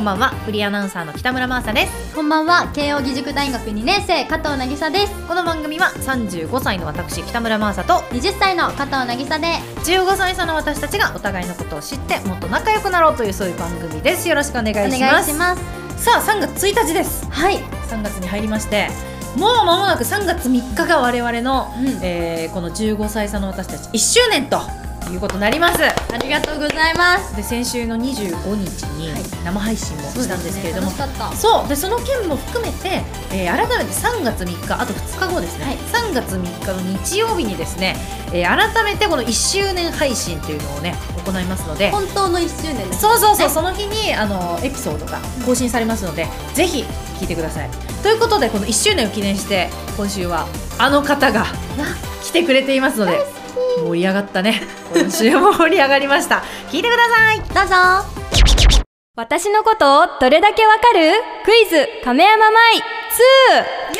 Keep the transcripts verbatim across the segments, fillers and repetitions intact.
こんばんは。フリーアナウンサーの北村真麻です。 こんばんは。慶應義塾大学にねん生加藤渚です。 この番組はさんじゅうごさいの私北村真麻とはたちの加藤渚でじゅうごさい差の私たちがお互いのことを知ってもっと仲良くなろうというそういう番組です。よろしくお願いします。 お願いします。 さあさんがつついたちです。 はい、 さんがつに入りまして、もう間もなくさんがつみっかが我々の、うんえー、このじゅうごさい差の私たちいっしゅうねんということになります。 ありがとうございます。 で先週のにじゅうごにちに生配信もしたんですけれども、 そうですね、楽しかった。 そうでその件も含めて、えー、改めてさんがつみっかあとふつかごですね、はい、さんがつみっかの日曜日にですね、えー、改めてこのいっしゅうねん配信というのをね行いますので、 本当のいっしゅうねんです、 そうそうそう、その日にあのエピソードが更新されますので、うん、ぜひ聞いてください。ということでこのいっしゅうねんを記念して今週はあの方が来てくれていますので、盛り上がったね。今週も盛り上がりました。聞いてください。 どうぞ。私のことをどれだけわかるクイズ亀山舞ツー。イエーイ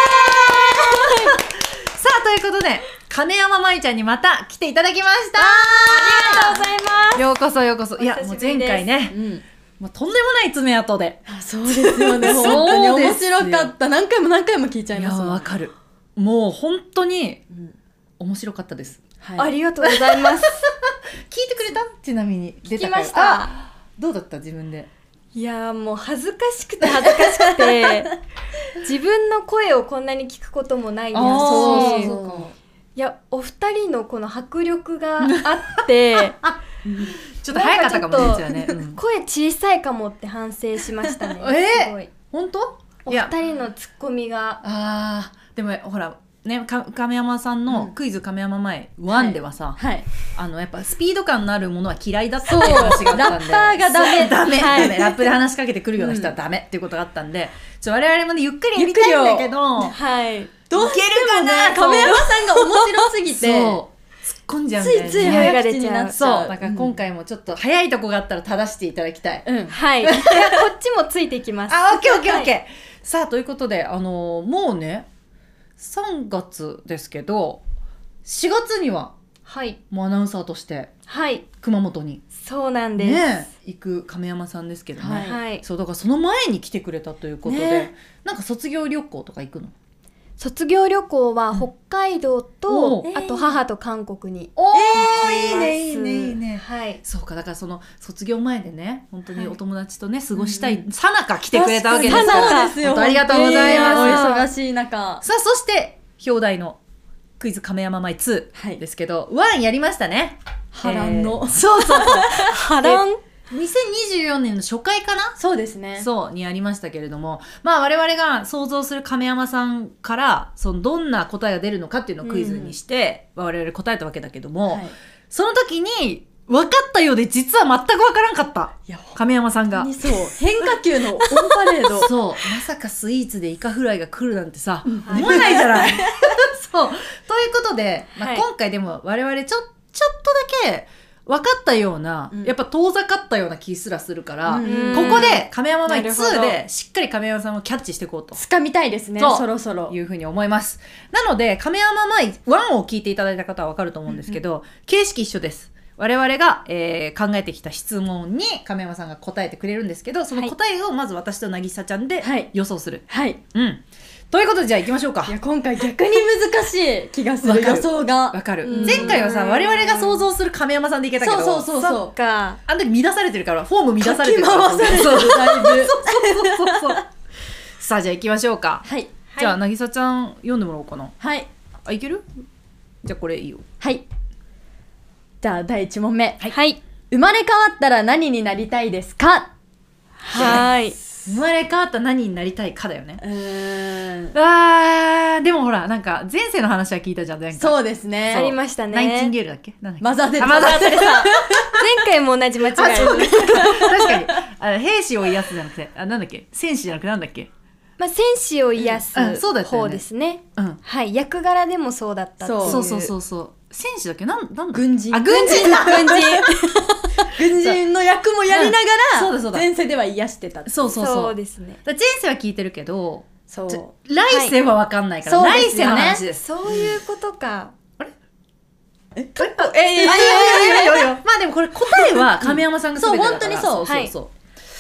さあということで亀山舞ちゃんにまた来ていただきました。 ありがとうございます。 ようこそようこそ。いやもう前回ね、うん、もうとんでもない爪痕で。 あ、そうですよね。本当に面白かった。何回も何回も聞いちゃいます。 いやわかる。もう本当に、うん、面白かったです。 はい、ありがとうございます。 聞いてくれた？ちなみに出た聞きました。 どうだった自分で？ いやもう恥ずかしくて恥ずかしくて自分の声をこんなに聞くこともないですし、いやお二人のこの迫力があってちょっと早かったかもしれないね、うん、 声小さいかもって反省しましたね。 えー、 すごい本当？ お二人のツッコミが。 あーでもほらね、亀山さんのクイズ亀山前ワンではさ、はいはい、あのやっぱスピード感のあるものは嫌いだったっていう話があったんで、 ラッパーがダメダメ、はい、ダメラップで話しかけてくるような人はダメっていうことがあったんで、ちょ我々もねゆっくりやりたいんだけど、 はい、 どういけるかな、 亀山さんが面白すぎてそう突っ込んじゃうんだよね。 ついつい早口になっちゃう。 そうだから今回もちょっと早いとこがあったら正していただきたい、 うん、はい。いやこっちもついていきます。 あ、オッケーオッケーオッケー。さあということであのー、もうねさんがつですけどしがつには、はい、もうアナウンサーとして、はい、熊本にそうなんです、 ね、行く亀山さんですけどね、はい、そうだからその前に来てくれたということで、ね、なんか卒業旅行とか行くの？ 卒業旅行は北海道と、うん、あと母と韓国に。 おー、えー、いいねいいねいいね、はい、そうかだからその卒業前でね本当にお友達とね、はい、過ごしたいさなか来てくれたわけですから、本当ありがとうございます、 えー、お忙しい中。さあそして表題のクイズ亀山舞ツーですけど、はい、ワンやりましたね。 波乱の、 えー、そうそうそう波乱にせんにじゅうよねんの初回かな、 そうですね、 そうにありましたけれども、まあ我々が想像する亀山さんからそのどんな答えが出るのかっていうのをクイズにして、うん、我々答えたわけだけども、はい、その時に分かったようで実は全く分からんかった。いや亀山さんがそう変化球のオンパレードそうまさかスイーツでイカフライが来るなんてさ、うん、思わないじゃないそうということで、まあ、今回でも我々ちょ、ちょっとだけ分かったような、うん、やっぱ遠ざかったような気すらするから、うん、ここで亀山舞ツーでしっかり亀山さんをキャッチしていこうと掴みたいですね、そろそろいうふうに思います。なので亀山舞ワンを聞いていただいた方は分かると思うんですけど、うん、形式一緒です。我々が、えー、考えてきた質問に亀山さんが答えてくれるんですけど、その答えをまず私と渚ちゃんで予想する。はい、うん。ということでじゃあ行きましょうか。 いや今回逆に難しい気がする。予想がわかる。前回はさ我々が想像する亀山さんでいけたけど、 そうそうそうそうか。あの時乱されてるからフォーム乱されてるから。 かき回されてるだいぶ。そうそうそうそう。さあじゃあ行きましょうか。はい。じゃあ渚ちゃん読んでもらおうかな。はい。あいける？じゃあこれいいよ。 はい。じゃあだいいち問目。はい。生まれ変わったら何になりたいですか？ はい。生まれ変わったら何になりたいかだよね。うーん。あーでもほらなんか前世の話は聞いたじゃん。前回そうですね。ありましたね。 ナインチンゲールだっけ？なんだっけ？ マザーテレサ。 マザーテレサ。 前回も同じ間違い。確かにあの兵士を癒すじゃなくてあなんだっけ戦士じゃなくてなんだっけ？ まあ戦士を癒す方ですね。うん。はい、役柄でもそうだったっていう。 そうそうそうそう。戦士だっけ？なんなんだ？ 軍人。 あ軍人だ。軍人。 軍人の役もやりながら前世では癒してた。 そうそうそう。 そうですね。 前世は聞いてるけど、そう来世は分かんないから、来世の話です。 そういうことか。 あれ？え？え？え？いやいやいやいやいや。まあでもこれ答えは亀山さんがすべてだから。 そう本当にそう。 そうそうそう。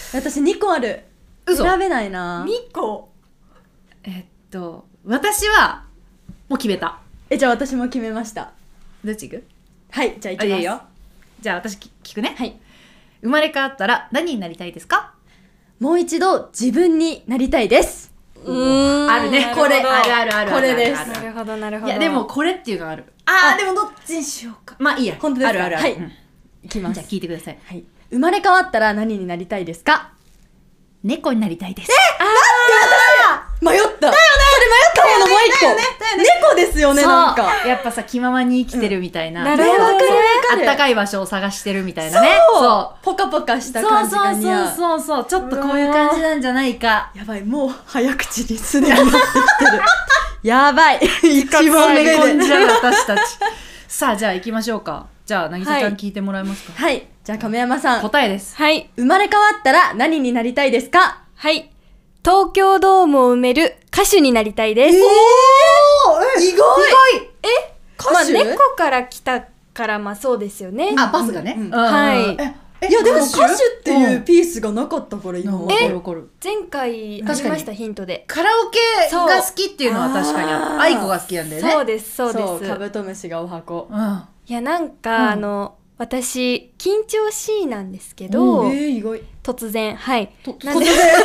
私にこある。 嘘選べないな。 にこ。 えっと私はもう決めた。 え、じゃあ私も決めました。 どっち行く？ はい、じゃあ行きます。 あいいよ。じゃあ私聞くね。 はい。 生まれ変わったら何になりたいですか？ もう一度自分になりたいです。 うーんあるね。これあるあるある。 これです。 なるほどなるほど。 いやでもこれっていうのある。あーでもどっちにしようか。まあいいや。 本当ですか？ あるあるある。 はいうんいきます。 じゃあ聞いてください。 はい。生まれ変わったら何になりたいですか？ 猫になりたいです。 迷った。だよね。それ迷ったものもう一個。 だよねだよね猫ですよね、なんか。 そうやっぱさ気ままに生きてるみたいな。 なるほどね。 あったかい場所を探してるみたいなね。 そう。ポカポカした感じが似合う。 そうそうそうそう。ちょっとこういう感じなんじゃないか。 やばい、もう早口にすでになってきてる。やばい。一番詰め目で。 込んじゃう私たち。さあじゃあ行きましょうか。じゃあ渚ちゃんはい聞いてもらえますか。 はい。じゃあ亀山さん。 答えです。 はい生まれ変わったら何になりたいですか？ はい東京ドームを埋める歌手になりたいです。 ー、意外。 まあ歌手？ 猫から来たからまあそうですよね。 あバスがね。 うんうんはいえいやでも歌手っていううんピースがなかったから今わは。 かるわかる。 前回ありましたヒントで。 カラオケが好きっていうのは確かにある。 そう愛子が好きなんだよね。 そうですそうです。 カブトムシがお箱。 うん。 いやなんか、 うんあの私緊張しいなんですけど、 えー、意外。 突然はいとなんで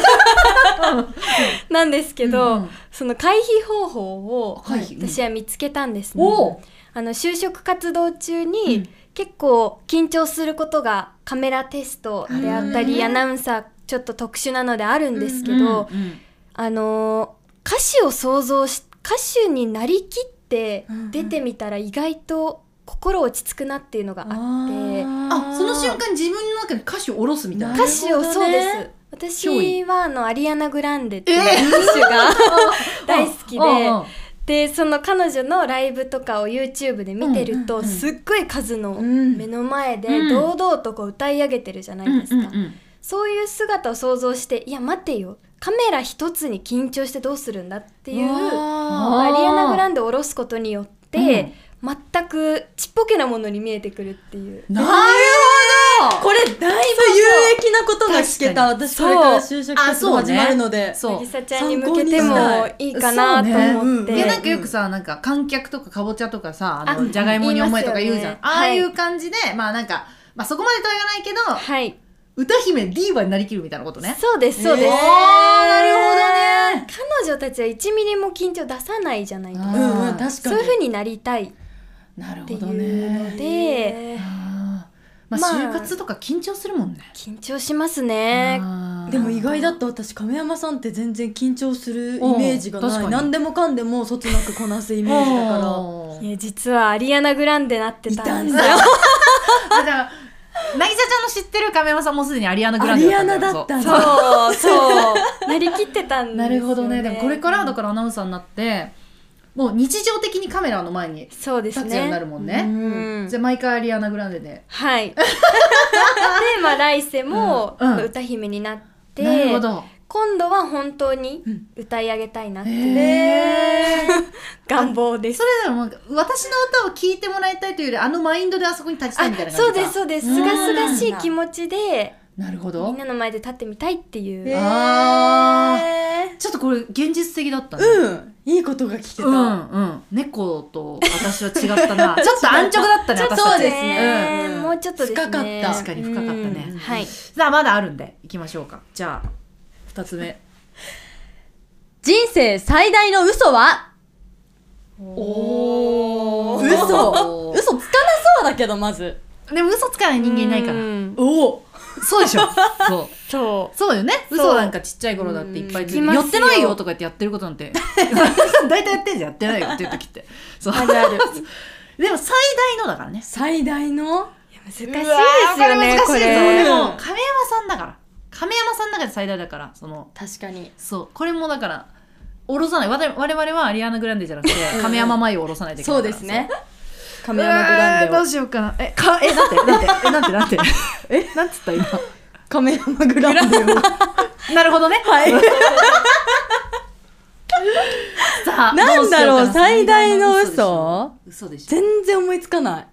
なんですけど、 うんうんその回避方法を回避私は見つけたんですね。 おうあの就職活動中に、 うん結構緊張することがカメラテストであったり、 うんアナウンサーちょっと特殊なのであるんですけど、 うんうんあのー歌手を想像し歌手になりきって出てみたら意外と心落ち着くなっていうのがあって、 あその瞬間自分の中に歌詞を下ろすみたいな。 歌手をそうです私はあのアリアナ・グランデっていう歌手が大好きで、 うんうんでその彼女のライブとかを YouTube で見てると、 うんうんうんすっごい数のうん目の前でうん堂々とこう歌い上げてるじゃないですか、 うんうんうんそういう姿を想像していや待てよカメラ一つに緊張してどうするんだっていうあーアリアナ・グランデを下ろすことによって、全くちっぽけなものに見えてくるっていう。 なるほど。 これだいぶ有益なことが聞けた。私これから就職活動始まるので。 そう渚ちゃんに向けてもいいかなと思って、 いやなんかよくさなんか観客とかかぼちゃとかさあのあじゃがいもに思えとか言うじゃん、 言いますよねああいう感じで、まあなんか、まあ、そこまでとは言わないけど、 はい歌姫ディーバになりきるみたいなことね。 そうですそうです、 えーなるほどね。 彼女たちはいちミリも緊張出さないじゃないですか、 うんうん、確かに。 そういう風になりたいっなるていうほどね。 ので、 あーまあ、 まあ就活とか緊張するもんね。 緊張しますね。 あーでも意外だった。私亀山さんって全然緊張するイメージがない。 うん確かに何でもかんでもそつなくこなすイメージだから。 おーいや実はアリアナ・グランデなってたんですよ。 いたんだあじゃあ渚ちゃんの知ってる亀山さんもすでにアリアナ・グランデアリアナだっだったたんんだよ。 だ。 そうそうなりきってたんですよ、ね、 なるほどね。でもこれからだからアナウンサーになってもう日常的にカメラの前にそうですね立つようになるもんね。 うんじゃあ毎回アリアナ・グランデで。 はいでまあ来世もうんうん歌姫になって、 なるほど。 今度は本当に歌い上げたいなっていうへー願望です。 それでもなんか私の歌を聴いてもらいたいというよりあのマインドであそこに立ちたいみたいな感じか。 そうですそうです。すがすがしい気持ちでなるほど。 みんなの前で立ってみたいっていう。 へーあちょっとこれ現実的だったね。 うん。いいことが聞けた。 うんうん。猫と私は違ったな。ちょっと安直だったね。 ちょっと私たちそうですねうんもうちょっとですね。 深かった確かに深かったねうんはい。 さあまだあるんで行きましょうか。じゃあ二つ目。 人生最大の嘘は？ お嘘嘘つかなそうだけど、まず。 でも嘘つかない人間いないから。 うんおお。 そうでしょ。そう。 そう。 そうよね。 そう嘘なんかちっちゃい頃だっていっぱいついてうん寄ってないよとか言ってやってることなんて大体やってんじゃんやってないよっていう時ってそうあるある。 でも最大のだからね。 最大の？ 難しいですよねここれ難しいぞ。でれ。 も亀山さんだから亀山さんの中で最大だからその確かに。 そうこれもだから下ろさない。わた我々はアリアナ・グランデじゃなくて亀山麻衣を下ろさないといけなそいうから。 ですね。 そう。 亀山グランデをうわーどう。しようかな。えかえなんてなんてえなんてなんてえなんつった今。 亀山グランデを。 なるほどね。 はい。 さあなんだろうどしよかな最大の嘘嘘でしょ嘘でしょ。 全然思いつかない。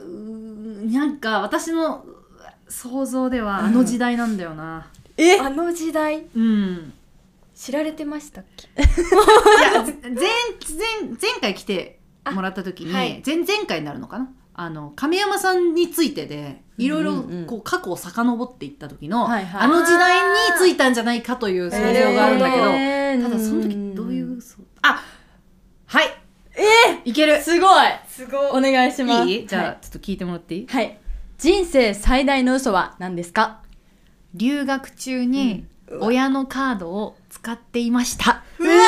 あーうーんなんか私の想像ではあの時代なんだよな、 えあの時代うん知られてましたっけいや前前前回来てもらった時に、はい、前々回になるのかな、あの亀山さんについてでいろいろこう過去を遡っていった時の、うんうん、あの時代についたんじゃないかという想像があるんだけど、えー、ただその時どういうあはいえー、 いけるすごいすごいお願いします。 いいじゃあ、はい、ちょっと聞いてもらっていい？ はい。人生最大の嘘は何ですか？ 留学中に親のカードを使っていました。 うわ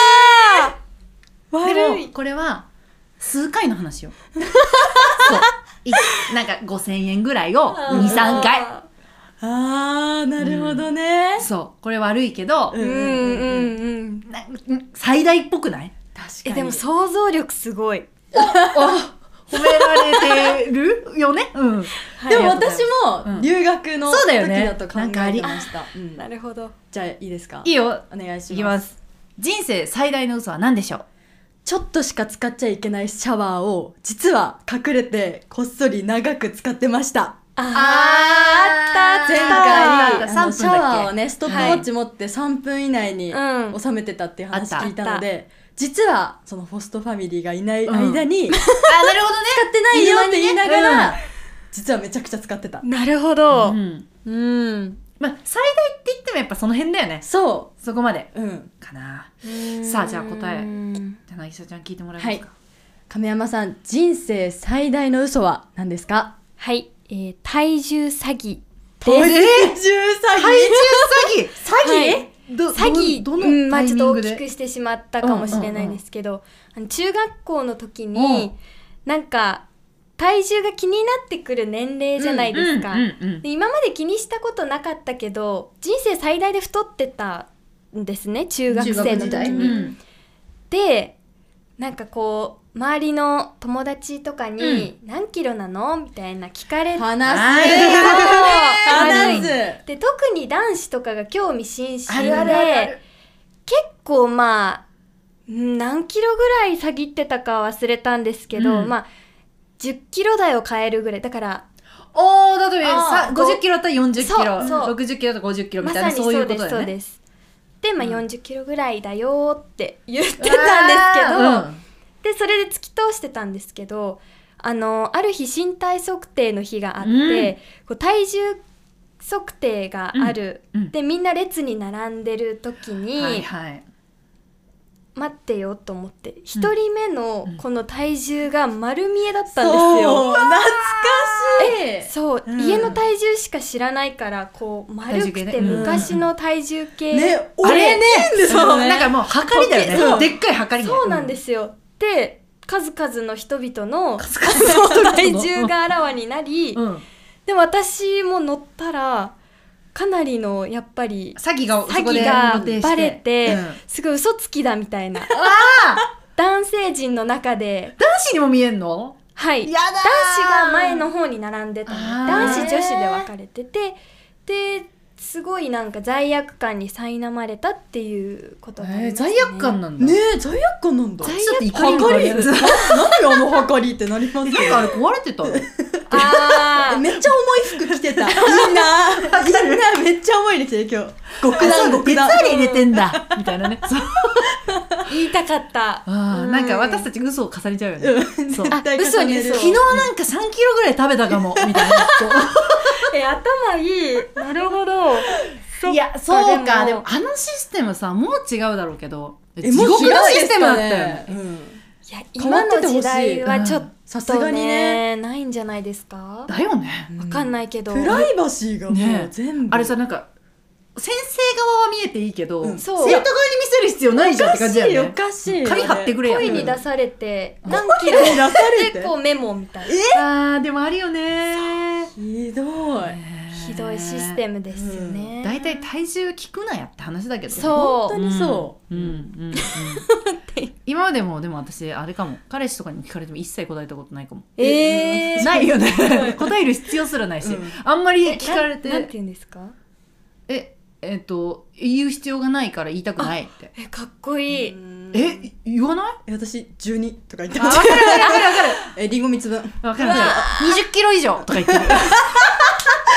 ーでもこれは数回の話よ。そういなんかごせんえんぐらいをにさんかい。 あーなるほどね、 うん、そうこれ悪いけど、 うんうんうんな最大っぽくない？ 確かに。 えでも想像力すごい。 お褒められてるよね、うん、 はい、でも私も留学の時だと考えてました。 うん、なるほど。 じゃあいいですか？ いいよ、 お願いします。 いきます。人生最大の嘘は何でしょう？ ちょっとしか使っちゃいけないシャワーを実は隠れてこっそり長く使ってました。 あーあった前回あったシャワーをねストップウォッチ持ってさんぷん以内に収めてたっていう話聞いたので、うん実はそのホストファミリーがいない間に、うん、あなるほどね使ってないよって言いながら、うん、実はめちゃくちゃ使ってた。 なるほど、 うんうん、まあ最大って言ってもやっぱその辺だよね。 そうそこまで、 うん、 かな。さあじゃあ答えじゃあ渚ちゃん聞いてもらえますか？ はい、亀山さん人生最大の嘘は何ですか？ はい、えー、体重詐欺です。 体重詐欺？ 体重詐欺？詐欺？ はいど詐欺どの、うん、まあちょっと大きくしてしまったかもしれないですけど、うんうんうん、あの中学校の時に、うん、なんか体重が気になってくる年齢じゃないですか、うんうんうんうん、で今まで気にしたことなかったけど人生最大で太ってたんですね中学生の時に、うん、でなんかこう周りの友達とかに、うん、何キロなのみたいな聞かれて話す話すで特に男子とかが興味津々であるあるある結構まあ何キロぐらい下ぎってたか忘れたんですけど、うん、まあじゅっキロ台を変えるぐらいだからおーだとさごじゅっキロだったらよんじゅっキロそうろくじゅっキロとかごじゅっキロみたいな、ま、そういうことだよね。そうですそうですで、まあ、よんじゅっキロぐらいだよって言ってたんですけど、うんでそれで突き通してたんですけど あのある日身体測定の日があって、うん、こう体重測定がある、うんうん、でみんな列に並んでる時に、はいはい、待ってよと思ってひとりめのこの体重が丸見えだったんですよ、 うん、懐かしい。 そう、うん、家の体重しか知らないからこう丸くて昔の体重計、 うんね、あれねそうなんかもう測りだよね。でっかい測りそうなんですよ。で数々の人々の体重があらわになり、うん、で私も乗ったらかなりのやっぱり詐欺が、 詐欺がバレて、うん、すごい嘘つきだみたいな男性陣の中で男子にも見えんの？ はいやだ男子が前の方に並んでたの男子女子で分かれててですごいなんか罪悪感に苛まれたっていうことがありましたね。 えー、罪悪感なんだねえ罪悪感なんだ。 罪悪感測り何あの測りってなりますけどなんかあれ壊れてたあめっちゃ重い服着てたみんなみんなめっちゃ重いの着てる今日極段極段別に入れてんだみたいなね言いたかったあなんか私たち嘘を重ねちゃうよね、うん、そうあ嘘に嘘昨日なんかさんキロぐらい食べたかもみたいなえ頭いいなるほどいやそうかでもあのシステムさもう違うだろうけど地獄のシステムだったよね、うん、 いや今の時代はちょっとさすがにねないんじゃないですか。 だよねわかんないけどプライバシーがもう全部、ね、 あれさなんか先生側は見えていいけど、うん、生徒側に見せる必要ないじゃんって感じだよね。 おかしいおかしいよね。 紙貼ってくれや声に出されて、うん、何キロでこうメモみたいな。 えあーでもあるよね。 ひどいひどいシステムですよね。 だいたい体重聞くなやって話だけど、ね、 そう本当にそう、 うんうんうんうん、今までもでも私あれかも彼氏とかに聞かれても一切答えたことないかも。 えー、 ないよね答える必要すらないし、うん、あんまり聞かれてな、なんて言うんですか。 ええっと言う必要がないから言いたくないって。 えかっこいい。 え言わない？ 私じゅうにとか言ってます。 わかるわかるわかる。 えリンゴみっつぶん。 わかるわかる。にじゅっキロ以上とか言ってる。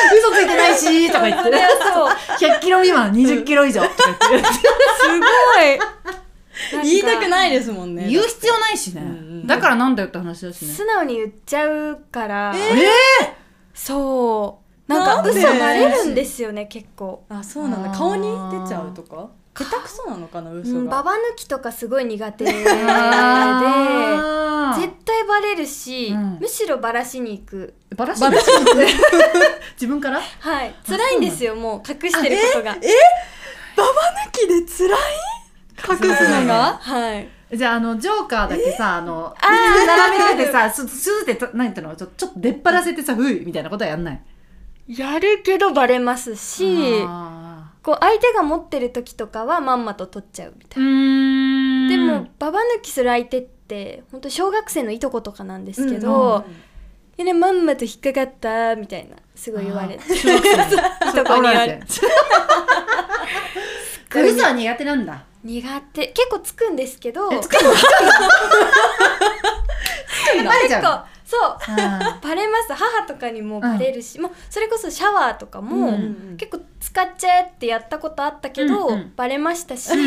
嘘ついてないしとか言ってねひゃっキロ未満にじゅっキロ以上とか言ってすごい言いたくないですもんね。 言う必要ないしね、うんうん、だからなんだよって話だしね。 素直に言っちゃうから、 えー、 そうなんか嘘バレるんですよね結構。 あ、そうなんだ。顔に出ちゃうとか下手くそなのかな嘘が、うん、 ババ抜きとかすごい苦手で絶対バレるし、うん、むしろバラしに行くバラしに行く自分からはい辛いんですよもう隠してることが。 ええババ抜きで辛い隠すのがはいじゃあ、あのジョーカーだけさあの並べててさスーってなんていうのちょっと出っ張らせてさふいみたいなことはやんない？ やるけどバレますしこう相手が持ってる時とかはまんまと取っちゃうみたいな。うーんでもババ抜きする相手って本当小学生のいとことかなんですけど、うん、ねまんまと引っかかったみたいなすごい言われて小学生のいとこに言われて嘘は苦手なんだ。 苦手結構つくんですけどつくのつくの結構そうバレます。母とかにもバレるし、うん、もうそれこそシャワーとかも、うん、結構使っちゃえってやったことあったけど、うんうん、バレましたし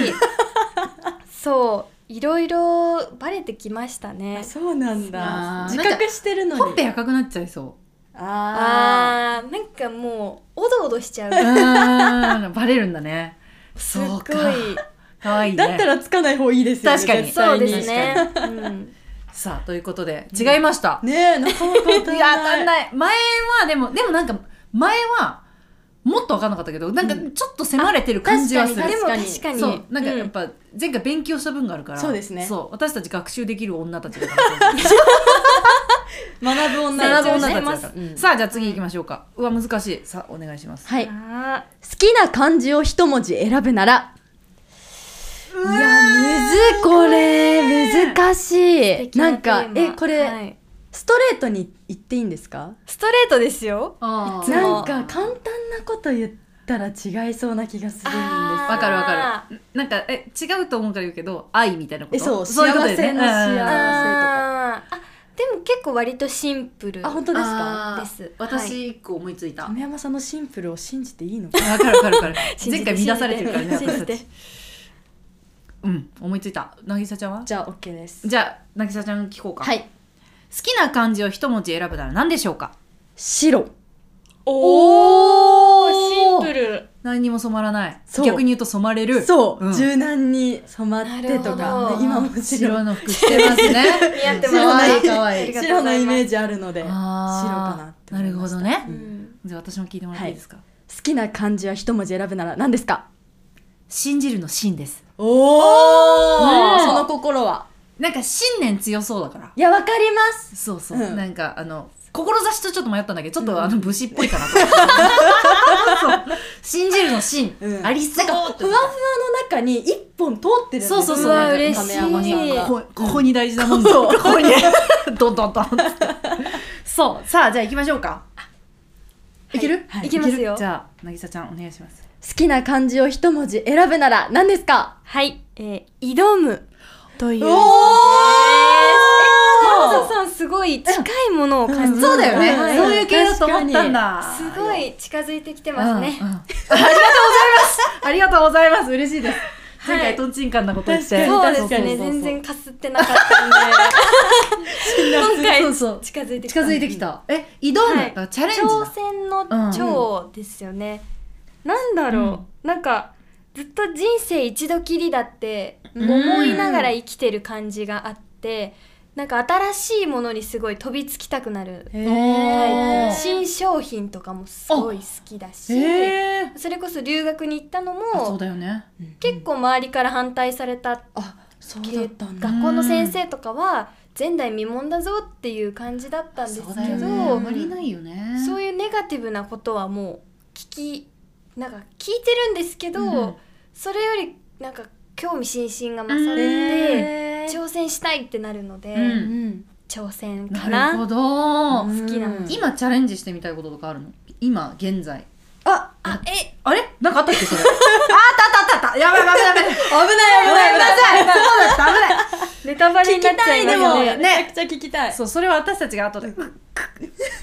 そういろいろバレてきましたね。 そうなんだ。自覚してるのにほっぺ赤くなっちゃいそう。 あーなんかもうおどおどしちゃうバレるんだね。 すっごいかわいいね。 だったらつかない方いいですよね。 確かにそうですね、うん、 さあということで違いました、 うん、ねえなかなか当たんない。 いや当たんない。前はでもでもなんか前はもっと分かんなかったけどなんかちょっと迫れてる感じはする、 うん、でも確かにそうなんかやっぱ前回勉強した分があるから、 そうですね。 そう私たち学習できる女たちだから学ぶ女たち学ぶ女たちだから、うん、さあじゃあ次行きましょうか。うわ難しい。さあお願いします。 はい。好きな漢字を一文字選ぶなら。いやむずこれ難しい。な, なんかえこれ、はい、ストレートに言っていいんですか？ ストレートですよ。 なんか簡単なこと言ったら違いそうな気がするんです。 わかるわかる。なんかえ違うと思うから言うけど愛みたいなこと。 えそうそういうことですね。幸せの幸せとか。 あでも結構割とシンプル。 あ本当ですか？ です。 私一個思いついた。 亀山さんのシンプルを信じていいのか？ わかるわかるわかる。前回乱されてるからね私たち。うん思いついた。なぎさちゃんは？ じゃあ OK です。 じゃあなぎさちゃん聞こうか。 はい。 好きな漢字を一文字選ぶなら何でしょうか？ 白。 おーシンプル。 何にも染まらない。逆に言うと染まれる。 そう、うん、柔軟に染まってとか。今も白の服着てますね。 似合ってます。 かわいいかわいい。 白のイメージあるので白かなって思いました。 なるほどね、 うん、 じゃあ私も聞いてもらっていいですか？はい、 好きな漢字は一文字選ぶなら何ですか？ 信じるの信です。 おお、その心はなんか信念強そうだから。 いやわかります。 そうそう、うん、なんかあの志とちょっと迷ったんだけどちょっとあの武士っぽいかなと思って、うん、信じるの信、うん、ありそう。 ふわふわの中に一本通ってるんです。 そうそうそう。 嬉しい。 亀山さんがこ, ここに大事なもんだ。ここにドンドンドンそうさあじゃあ行きましょうか。いける？ はい、いけますよ。 じゃあなぎさちゃんお願いします。 好きな漢字を一文字選ぶなら何ですか？ はい、えー、挑むという。おー、山田さんすごい近いものを感じる、うん、 そうだよね、はい、そういう系だと思ったんだ。 すごい近づいてきてますね、 うんうん、ありがとうございますありがとうございます。嬉しいです。前回とんちんかんなこと言って、 そうですね、全然かすってなかったんで今回そうそう近づいてきた。 近づいてきた。え挑む、はい、チャレンジだ。 挑戦の挑ですよね、うんうん、なんだろう、うん、なんかずっと人生一度きりだって思いながら生きてる感じがあって、なんか新しいものにすごい飛びつきたくなるタイプ。新商品とかもすごい好きだし、それこそ留学に行ったのもそうだよね、 結構周りから反対された。 あ、そうだったんだ。 学校の先生とかは前代未聞だぞっていう感じだったんですけど、そうだよね、 あまりないよね。 そういうネガティブなことはもう聞きなんか聞いてるんですけど、うん、それよりなんか興味津々が勝って挑戦したいってなるので、うんうん、挑戦かな。 なるほど。 好きなの。 今チャレンジしてみたいこととかあるの？今現在。 あ、 あ、え、 あれ？なんかあったっけそれ？あったあったあった。やばいやばいやばい。危ない危ない危ない。そうだった危ない。 ネタバレになっちゃいますね。 めちゃくちゃ聞きたい。 そう、それは私たちが後で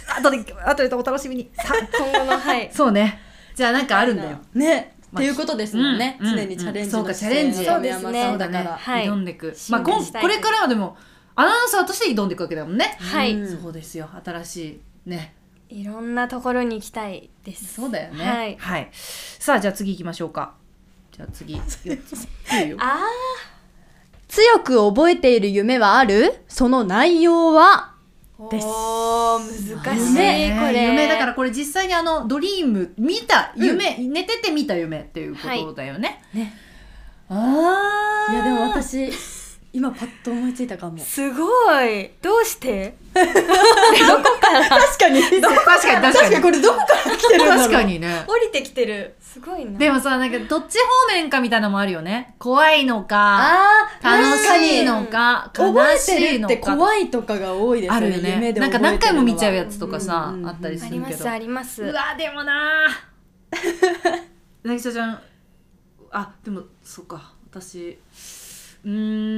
あとであとでお楽しみにさ今後のはいそうねじゃあなんかあるんだよねっていうことですもんね、 うん、 常にチャレンジそうかチャレンジそうですねそうだね、 はい、 挑んでいく、 まあ、 こんこれからはでもアナウンサーとして挑んでいくわけだもんね。 はい、 うん、そうですよ新しいねいろんなところに行きたいです。 そうだよね。 はい。 はい、さあじゃあ次行きましょうか。じゃあ次よっつあ強く覚えている夢はある？その内容はです。 おー難しい、 ね、 これ夢だからこれ実際にあのドリーム見た夢、うん、寝てて見た夢っていうことだよね。 はい、ねああいやでも私今パッと思いついたかも。 すごいどうしてどこから確かに確かに確かにこれどこから来てるんだろう。 確かにね降りてきてるすごいな。 でもさなんかどっち方面かみたいなのもあるよね。怖いのかあ楽しいのか悲しいのか覚えてるって怖いとかが多いですよね。 あるよね。 夢で覚えてるのはなんか何回も見ちゃうやつとかさ、うんうんうん、あったりするけどありますあります。 うわでもななぎさちゃんあでもそうか私うー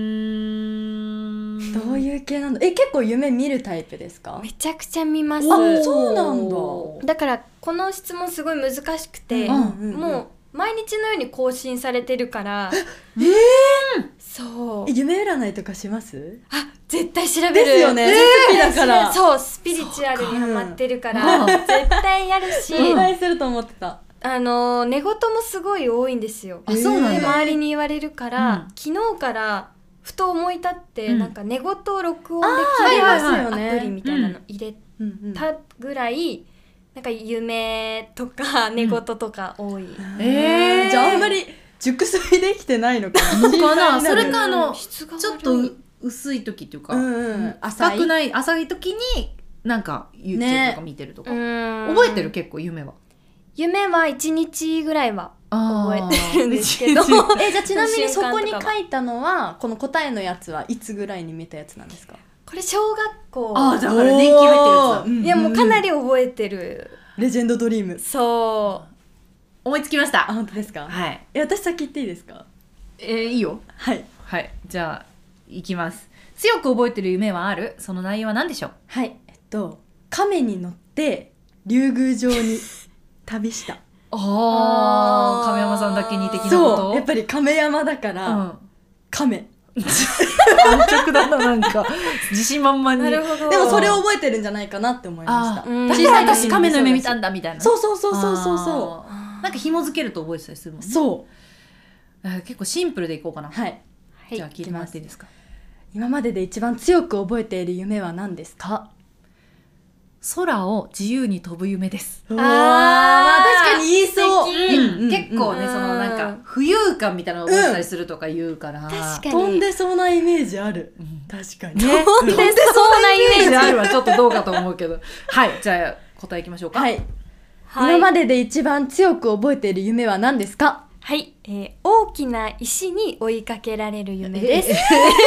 んどういう系なんだ。え結構夢見るタイプですか？ めちゃくちゃ見ます。 あそうなんだ。 だからこの質問すごい難しくて、うんうんうん、もう毎日のように更新されてるからえー、 そう夢占いとかします？ あ絶対調べるですよね、えー、スピだからそうスピリチュアルにハマってるから絶対やるし絶対すると思ってた。 あの寝言もすごい多いんですよ。 あそうなんだ。 で周りに言われるから、うん、昨日からふと思い立って、うん、なんか寝言を録音できるアプリみたいなの入れたぐらい、なんか夢とか寝言とか多い、うん、 えー、 じゃああんまり熟睡できてないのかなかなそれかあのちょっと薄い時っていうか、うんうん、浅くない浅い時になんか YouTube とか見てるとか、ね、覚えてる結構夢は夢はいちにちぐらいは覚えてるんですけどえじゃあちなみにそこに書いたのはこの答えのやつはいつぐらいに見たやつなんですか？ これ小学校。 あだから年季入ってるやつだ、うんうん、 いやもうかなり覚えてる。 レジェンドドリーム。 そう思いつきました。 あ本当ですか？ はい。 え私先言っていいですか？ えー、いいよ。 はいはいじゃあいきます。強く覚えてる夢はある？その内容は何でしょう？ はいえっと亀に乗って竜宮城に旅した。 ああ亀山さんだけに的なこと。 そうやっぱり亀山だから、うん、亀安直だななんか自信満々に。 なるほど。 でもそれを覚えてるんじゃないかなって思いました。 小さい時亀の夢見たんだみたいな。 そうそうそうそうそうそうなんか紐付けると覚えてたりするもんね。 そう結構シンプルでいこうかな。 はい、 じゃあ聞いてもらっていいですか？ 今までで一番強く覚えている夢は何ですか？ 空を自由に飛ぶ夢です。 あー、まあ確かに言いそう、 うんうん、結構ね、うん、そのなんか浮遊感みたいなのを覚えたりするとか言うから、うん、 確かに飛んでそうなイメージある、うん、確かに、 ね、飛んでそうなイメージあるはちょっとどうかと思うけどはいじゃあ答えいきましょうか。 はい、はい、今までで一番強く覚えている夢は何ですか？ はい、えー、大きな石に追いかけられる夢です。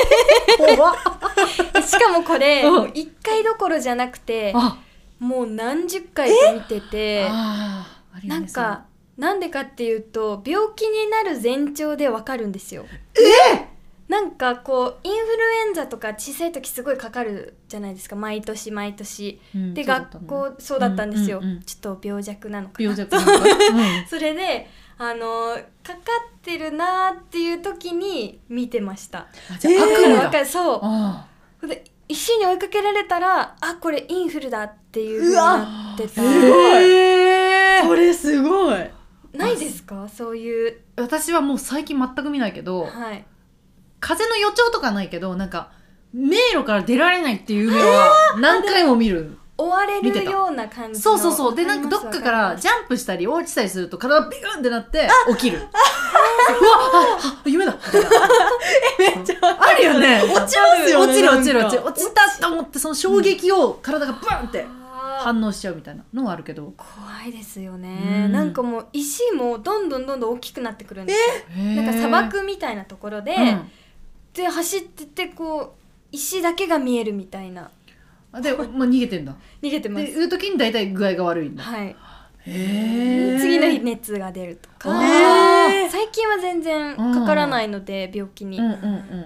しかもこれいっかいどころじゃなくてもう何十回と見てて、なんかなんでかっていうと病気になる前兆でわかるんですよ。 えなんかこうインフルエンザとか小さい時すごいかかるじゃないですか毎年毎年、うん、で学校そうだったんですよ、うんうんうん、ちょっと病弱なのかな病弱なのか、うん、それであのかかってるなーっていう時に見てました。 じゃあ悪夢だ。 かそうあで石に追いかけられたらあこれインフルだっていう風になってた。 すごい、えー、それすごい。 ないですかそういう。 私はもう最近全く見ないけど、はい、風の予兆とかないけどなんか迷路から出られないっていう夢は何回も見る。 追われるような感じの。 そうそうそうでなんかどっかからジャンプしたり落ちたりすると体がビューンってなって起きる。うわあ夢だみたいなえめっちゃあるよね。 落ちますよね。 落ちる落ちる落ちる落ちたと思ってその衝撃を体がブーンって反応しちゃうみたいなのはあるけど怖いですよね。なんかもう石もどんどんどんどん大きくなってくるんですよ。なんか砂漠みたいなところで、うん、で走っててこう石だけが見えるみたいな。 で、まあ、逃げてんだ。 逃げてます。 でいう時に大体具合が悪いんだ。 はい。 へ次の日熱が出るとか。 へ最最近は全然かからないので、病気に、 うんうんうん、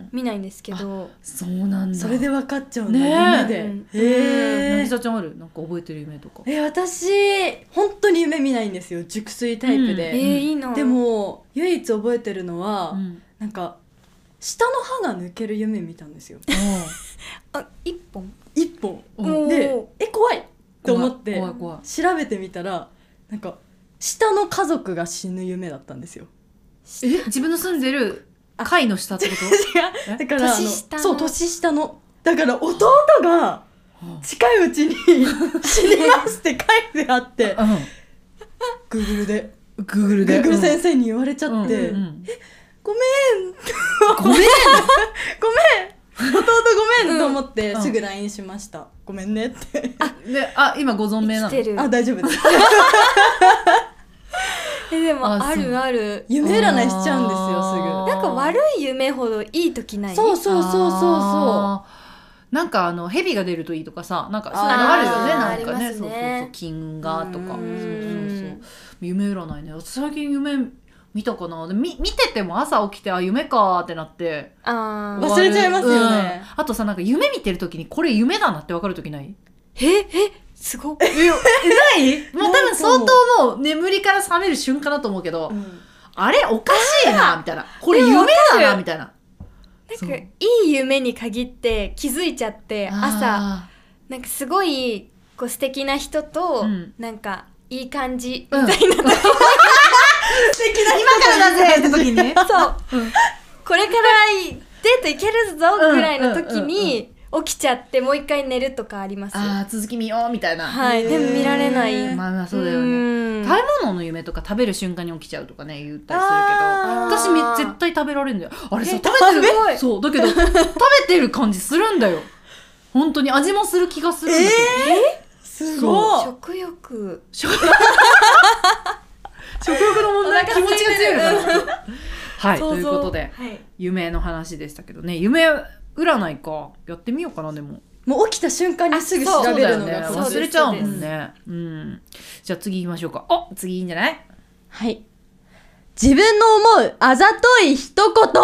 見ないんですけど。 そうなんだ。 それで分かっちゃうんだ、 ね、 夢で、 うん、へえ。なぎさちゃんある？なんか覚えてる夢とか。 え私本当に夢見ないんですよ、熟睡タイプで、 うん、えー、いいな。 でも唯一覚えてるのは、 うん、 なんか下の歯が抜ける夢見たんですよあ、一本一本で、え怖いと思って怖い怖い調べてみたら、なんか下の家族が死ぬ夢だったんですよ。 え、自分の住んでる階の下ってこと？ 違う、だから年下の、 そう年下の、だから弟が近いうちに死にますって書いてあって、うん、グーグルでグーグルでグーグル先生に言われちゃって、うんうんうん、えごめんごめんごめん弟ごめんと思ってすぐ ライン しました、うん、ごめんねってあで、あ今ご存命なの？ あ大丈夫ですえでもあるある、 夢占いしちゃうんですよすぐ。 なんか悪い夢ほどいい時ない？ そうそうそうそうそう、 なんかあの蛇が出るといいとかさ、なんかそういうのあるよね。なんかね、 ね、 そうそうそう、金がとか、そうそうそう、夢占いね。最近夢見たかな。でみ見てても朝起きて、あ夢かってなってあ忘れちゃいますよね、 うん、あとさ、なんか夢見てる時にこれ夢だなって分かる時ない？ ええすごっ。 えないもう多分相当もう眠りから覚める瞬間だと思うけど、うん、あれおかしいなみたいな、これ夢だなみたいな。 なんかいい夢に限って気づいちゃって、朝なんかすごいこう素敵な人と、うん、なんかいい感じみたいな、うん、素敵な今からだぜって時にねそう、うん、これからデート行けるぞぐらいの時に起きちゃってもう一回寝るとかあります。 あー続き見ようみたいな。 はい、でも見られない。 まあまあそうだよね。食べ物の夢とか食べる瞬間に起きちゃうとかね言ったりするけど、私絶対食べられるんだよ。あれさ食べてるそうだけど食べてる感じするんだよ。本当に味もする気がするんだけど。 えー、すごい。 食欲食欲の問題、気持ちが強いからはいということで、はい、夢の話でしたけどね。夢占いかやってみようかな。でももう起きた瞬間にすぐ調べるのが、 ね、忘れちゃうもんね。うん。じゃあ次行きましょうか。お次いいんじゃない？ はい。自分の思うあざとい一言。これ私たち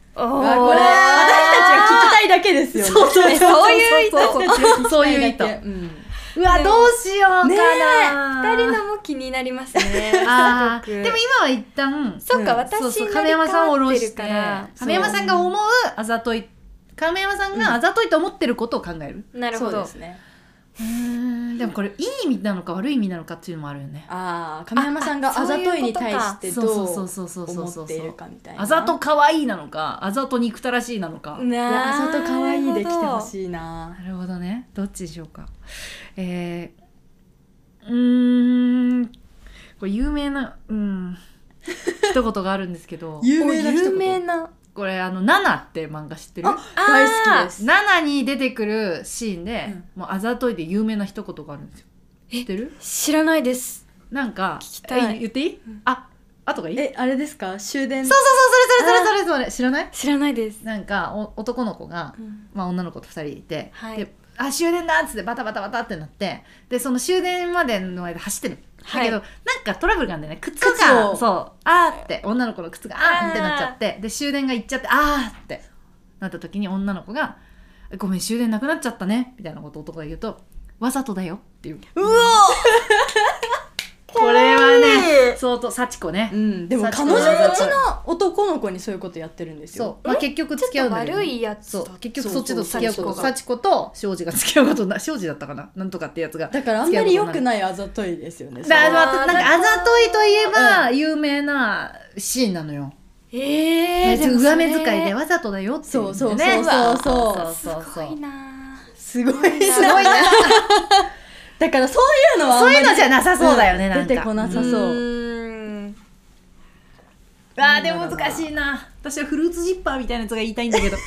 が聞きたいだけですよね。 そうそうそういう意図。 そういう意図。 うわどうしようかな。 二人のも気になりますね。 あでも今は一旦そっか私になり変わってるから、 亀山さんが思うあざとい。亀山さんがあざといと思ってることを考える、 うん、なるほど。 そうですね。 うーんでもこれいい意味なのか悪い意味なのかっていうのもあるよね。 ああ亀山さんがあざといに対してどう思っているかみたいな。 あざと可愛いなのかあざと憎たらしいなのか。 いやあざと可愛いで来てほしいな。 なるほどね。どっちでしょうか。えー、うーんこれ有名なうん一言があるんですけど有名な一言。 有名なこれあのナナって漫画知ってる？ あ大好きです。 ナナに出てくるシーンで、うん、もうあざといで有名な一言があるんですよ。知ってる？ 知らないです。 なんか聞きたい。 言っていい？うん、あ、あとがいい？ え、あれですか？終電。 そうそうそうそれそれそれそれそれ知らない？ 知らないです。 なんかお男の子が、うん、まあ女の子とふたりいて、 はい、 であ終電だっつってバタバタバタってなってでその終電までの間走ってる。だけど、はい、なんかトラブルがあるんだよね。靴がそうあーって女の子の靴があーってなっちゃってで終電が行っちゃってあーってなった時に女の子がごめん終電なくなっちゃったねみたいなことを男が言うとわざとだよっていう。 うわこれはね相当幸子ね、 うん、でも彼女持ちの男の子にそういうことやってるんですよ。 そう、まあ、結局付き合うんだけど、 悪いやつ。 そう結局そっちと付き合うこと幸子と庄司が付き合うことな庄司だったかななんとかってやつがだからあんまり良くないあざといですよね。 だからなんかあざといといえば有名なシーンなのよ。 えー、でも上目遣いでわざとだよっていうね。 そうそうそうそうそうそうすごいなすごいなすごいなだからそういうのはあんまりそういうのじゃなさそうだよね、うん、なんか出てこなさそう。うーんあーでも難しいな。私はフルーツジッパーみたいなやつが言いたいんだけど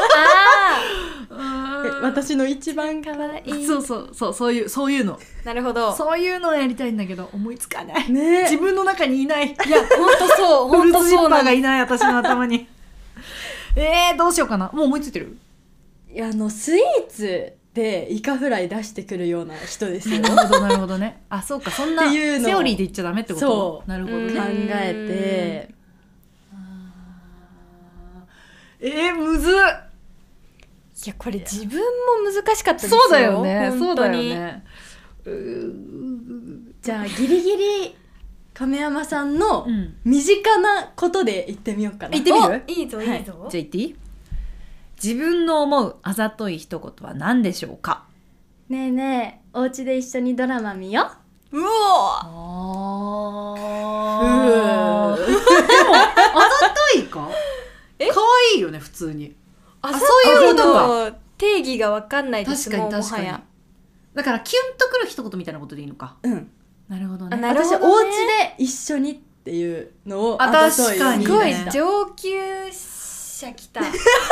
あ私の一番可愛いそうそうそうそういうそういうのなるほどそういうのをやりたいんだけど思いつかない、 ね、 自分の中にいない。いやほんとそうほんとそうフルーツジッパーがいない私の頭にえーどうしようかな。もう思いついてる？ いやあのスイーツでイカフライ出してくるような人ですよ。 なるほどなるほどね。あそうかそんなセオリーで言っちゃダメってこと。 そうなるほどね。 考えてえー、むずっ。 いやこれ自分も難しかったですよ。 そうだよね、そうだよ本ね。 じゃあギリギリ亀山さんのうん身近なことで言ってみようかな。 言ってみる？ 当にいいぞいいぞ、 はいじゃあ言っていい？自分の思うあざとい一言は何でしょうか？ ねえねえ、お家で一緒にドラマ見ようおあうーでもあざといか？ え可愛いよね普通に。 あ、 あそういうことかの定義が分かんないです確かにもう確かに。 もはや。 だからキュンとくる一言みたいなことでいいのか。 う。うん。 なるほどね。 あなるほどね私お家で一緒にっていうのをああざとい確かにすごいね上級者きた。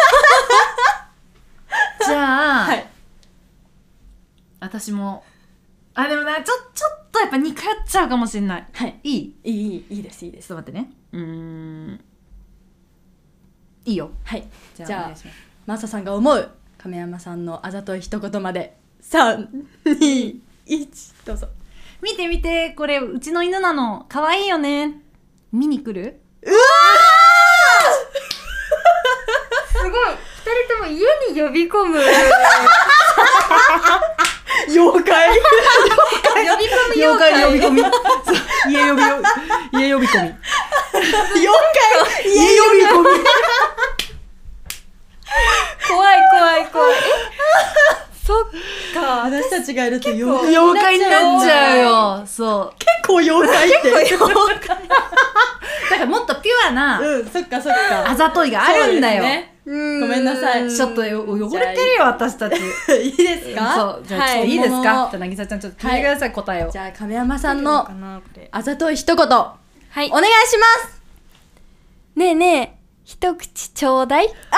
じゃあ、 はい。 私もあでもなちょちょっとやっぱ似通っちゃうかもしれない。 はい。 いい？ いいいいいいですいいです。 ちょっと待ってね。うーん。いいよ。 はい。 じゃあじゃあお願いします。 マサさんが思う亀山さんのあざとい一言までさん、に、いちどうぞ。 見て見てこれうちの犬なの可愛いよね。見に来る？ うわすごい。二人とも家に呼び込む。 ー妖怪呼び込む妖怪呼び込み。 妖そう家呼びよ家呼び込み。 妖怪家呼び込み怖い怖い怖い。えそっか。 私たちがいると結構妖妖怪になっちゃうよ。 よ。そう。 結構妖怪ってだからもっとピュアなうん、そっかそっか。 あざといがあるんだよ。 そうですねごごめんなさいちょっとよ汚れてるよ私たち。 いいですか？ そうじゃあちょっといいですか？じゃあなぎさちゃんちょっと聞いてください、答えを。 じゃあ亀山さんののかなこれ。 あざとい一言おはい。 願いします。 ねえねえ一口ちょうだい。ああ。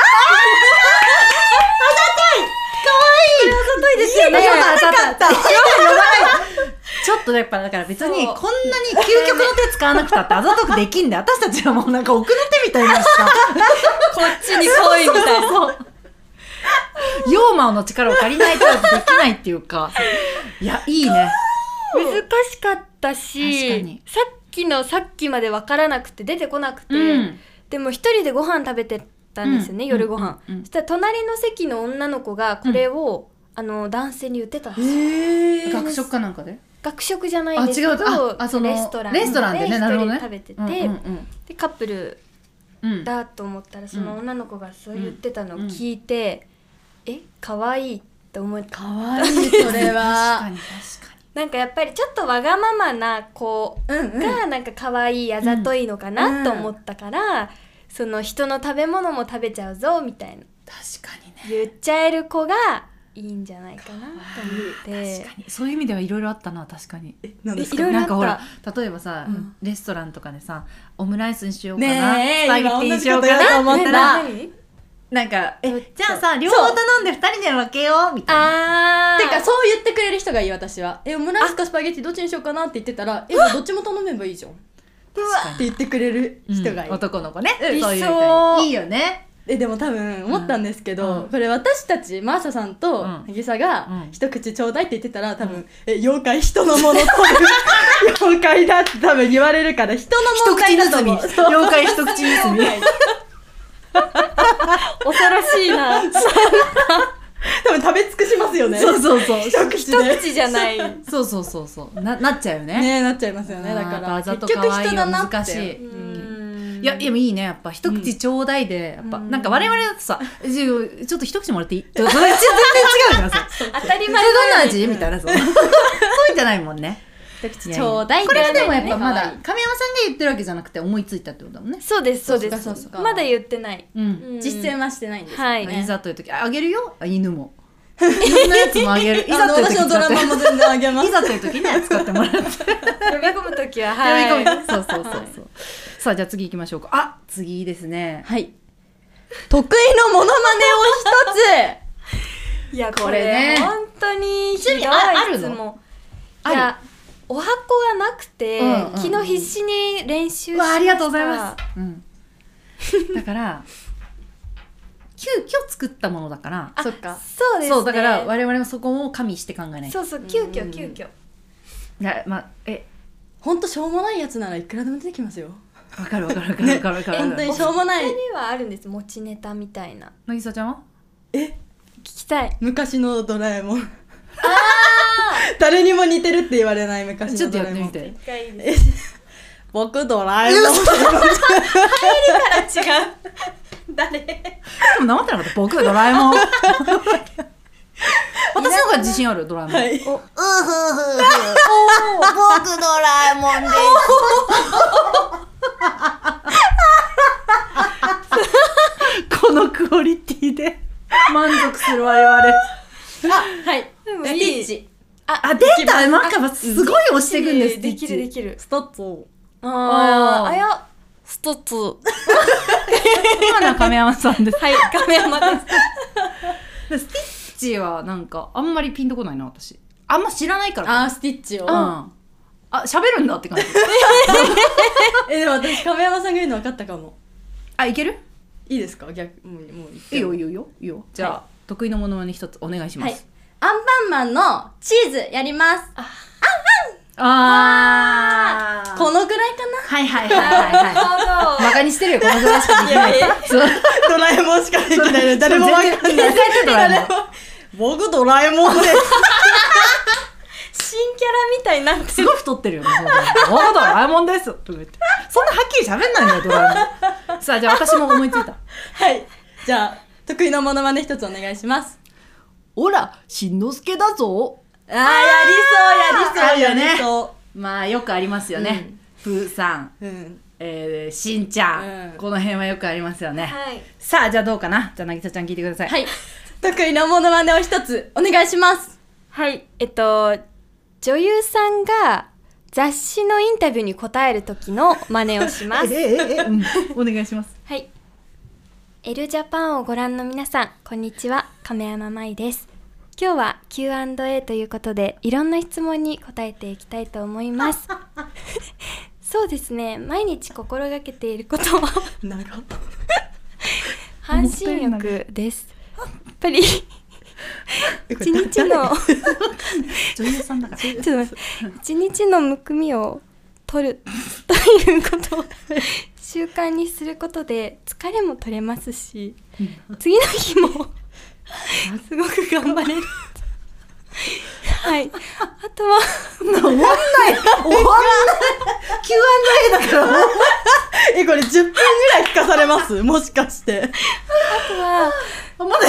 あざといですよね。 ちょっとあざとった。ちょっとやっぱだから別にこんなに究極の手使わなくたってあざとくできんだよ。私たちはもうなんか奥の手みたいなしか。 こっちに来いみたいな。 そうそうそうヨーマオの力を借りないとできないっていうか。いやいいね。 難しかったし、 確かにさっきのさっきまで分からなくて出てこなくて、 うんでも一人でご飯食べてたんですよね、 うん夜ご飯、 うんうんそしたら隣の席の女の子がこれを、あの男性に言ってたんですよ、 へ学食かなんかで？ 学食じゃないですけあ違うどああそのレストランレストランでね一なるほどね人で食べてて、 うんうんでカップルうんうんだと思ったらその女の子がそう言ってたのを聞いて、え可愛いって思ってかわいいそれは確かに確かに。 なんかやっぱりちょっとわがままな子うんうんがなんか可愛いあざといのかなと思ったから、その人の食べ物も食べちゃうぞみたいな確かにね。 言っちゃえる子がいいんじゃないかなと思って確かにそういう意味ではいろいろあったな確かに。 なんですか？ いろいろあったなんかほら例えばさ、 うんレストランとかでさオムライスにしようかな、 ねえスパゲッティにしようか今同じこと言おうとな思ったって言ったら何なんかえそうじゃあさ両方頼んでふたりで分けようみたいな。 あーてかそう言ってくれる人がいい私は。えオムライスかスパゲッティどっちにしようかなって言ってたらえどっちも頼めばいいじゃんって言ってくれる人がいい、 うん男の子ね、 うんそういう理想人いいよね。 えでも多分思ったんですけど、 うんこれ私たちマーサさんとうん渚がうん一口ちょうだいって言ってたら多分、 うんえ妖怪人のもの取る妖怪だって多分言われるから人の問題だと思う。 一口盗み妖怪一口盗み恐ろしいな多分食べ尽くしますよね。 そうそうそう一口一で口じゃないそうそうそうそうななっちゃうよね。 ねなっちゃいますよね。だかあーらあざと結局可愛い人だなって。 難しい。 うんいやでもいいねやっぱ一口ちょうだいで、やっぱなんか我々だとさじちょっと一口もらっていいそれ全然違うからさ当たり前それどんな味みたいなそうそういうんじゃないもんね。 一口ちょうだい。 これはでもやっぱまだ可愛い亀山さんが言ってるわけじゃなくて思いついたってことだもんね。 そうですそうですそうかそうかまだ言ってない、 うんうん実践はしてないんですよはいね。 いざという時あげるよあ犬も犬のやつもあげるいざあのという時私のドラマも全然あげますいざという時ね使ってもらって呼び込むときははい呼び込みそうそうそうそうさあじゃあ次行きましょうか。あ次ですね。 はい。得意のモノマネを一つ。 いやここれれね本当にひどいちなみにああるの質問あるいやおはこがなくて、 うんうんうん昨日必死に練習しうました。 わありがとうございます。うん、だから急遽作ったものだからあそっか。 そうですね。 そうだから我々もそこも加味して考えないと。 そうそう急遽うん急遽。 いやまあえほんとしょうもないやつならいくらでも出てきますよ。 わかるわかるわかるわかるわかる。 本当にしょうもない。 お二人はあるんです、持ちネタみたいな。 なぎさちゃんは？ え、 聞きたい。 昔のドラえもん。ああ。誰にも似てるって言われない昔のドラえもん。 ちょっとやってみて。 一回いいです。 僕ドラえもん。入りから違う。誰？ でもなまってなかった。僕ドラえもん。私の方が自信あるドラえもん。はい。お、うふふふ。僕ドラえもんです。このクオリティで満足する我々。あ、 はい。 でもスティッチ。 あ、あ、出た。なんかすごい押していくんです。 できるできる。 ストッツ。 ああ、あや。ストッツ。 今のは亀山さんです。 はい、亀山です。 スティッチはなんかあんまりピンとこないな私。あんま知らないから。 あー、スティッチを。うん。 あ、喋るんだって感じ。 え、でも私亀山さんが言うの分かったかも。 あ、いける？ いいですか？逆もうもういいよいいよいいよいいよ。じゃあ得意のものまね一つお願いします。 アンパンマンのチーズやります。あ、アンパン。 ああ。 このぐらいかな。 はいはいはいはいはい。バカにしてるよ、このぐらいしかできない。 ドラえもんしかできないの誰もわかんない。誰も。僕ドラえもんです。 新キャラみたいになってる。 すごい太ってるよね。僕ドラえもんですとか言って。そんなはっきり喋んないんだよドラえもん。さあじゃあ私も思いついた。 はい。じゃあ得意のモノマネ一つお願いします。 おら、しんのすけだぞ。 あー、やりそうやりそうやりそう。 まあよくありますよね。プーさん、えしんちゃん、この辺はよくありますよね。さあじゃあどうかな。じゃあなぎさちゃん聞いてください。 はい。得意のモノマネを一つお願いします。 はい。えっと女優さんが雑誌のインタビューに答える時の真似をします。 ええええ、うん、お願いします。 はい。エルジャパンをご覧の皆さん、こんにちは、亀山舞です。今日は キューアンドエー ということで、いろんな質問に答えていきたいと思います。そうですね、毎日心がけていることは半身浴です。やっぱり一日の女優さんだからちょっと待って一日のむくみを取るということを習慣にすることで疲れも取れますし、次の日もすごく頑張れる。はい。あとは終わんない終わんない キューアンドエー だからえ、これじゅっぷんぐらい聞かされます？もしかしてあとはまだ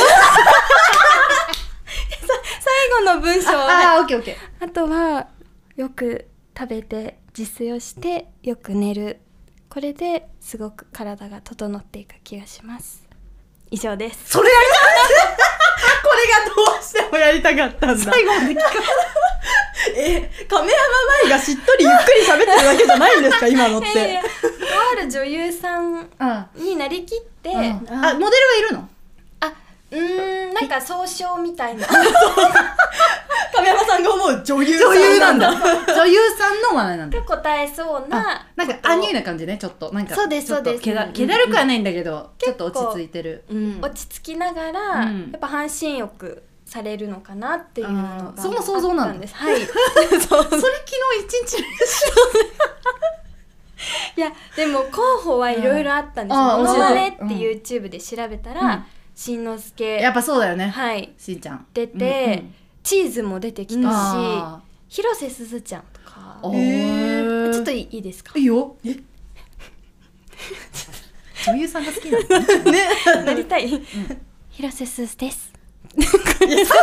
最後の文章は、あ、オッケーオッケー。あとはよく食べて自炊をしてよく寝る。これですごく体が整っていく気がします。以上です。 それやりたいこれがどうしてもやりたかったんだ。 最後まで聞かえ、亀山舞がしっとりゆっくり喋ってるわけじゃないんですか今のって。 いやいや、とある女優さんになりきって、うん、 あ、モデルはいるの？ あ、うーん、なんか総称みたいな。 亀山さんが思う女優さん女優なんだ。女優さんの真似なんだ。 答えそうな。 なんかアニュイな感じね、ちょっとなんか。 そうですそうです。 気だるくはないんだけど、ちょっと落ち着いてる。 落ち着きながら、やっぱ半身浴されるのかなっていうのが。 その想像なんです。 はい。 それ昨日一日。 いやでも候補はいろいろあったんです。モノマネって YouTube で調べたら、しんのすけ。 やっぱそうだよね。 はい。 しんちゃん。 出て。チーズも出てきたし、広瀬すずちゃんとか。ちょっといいですか？ いいよ。え女優さんが好きなのね。 なりたい。広瀬すずです。 いやさっきと一緒。さ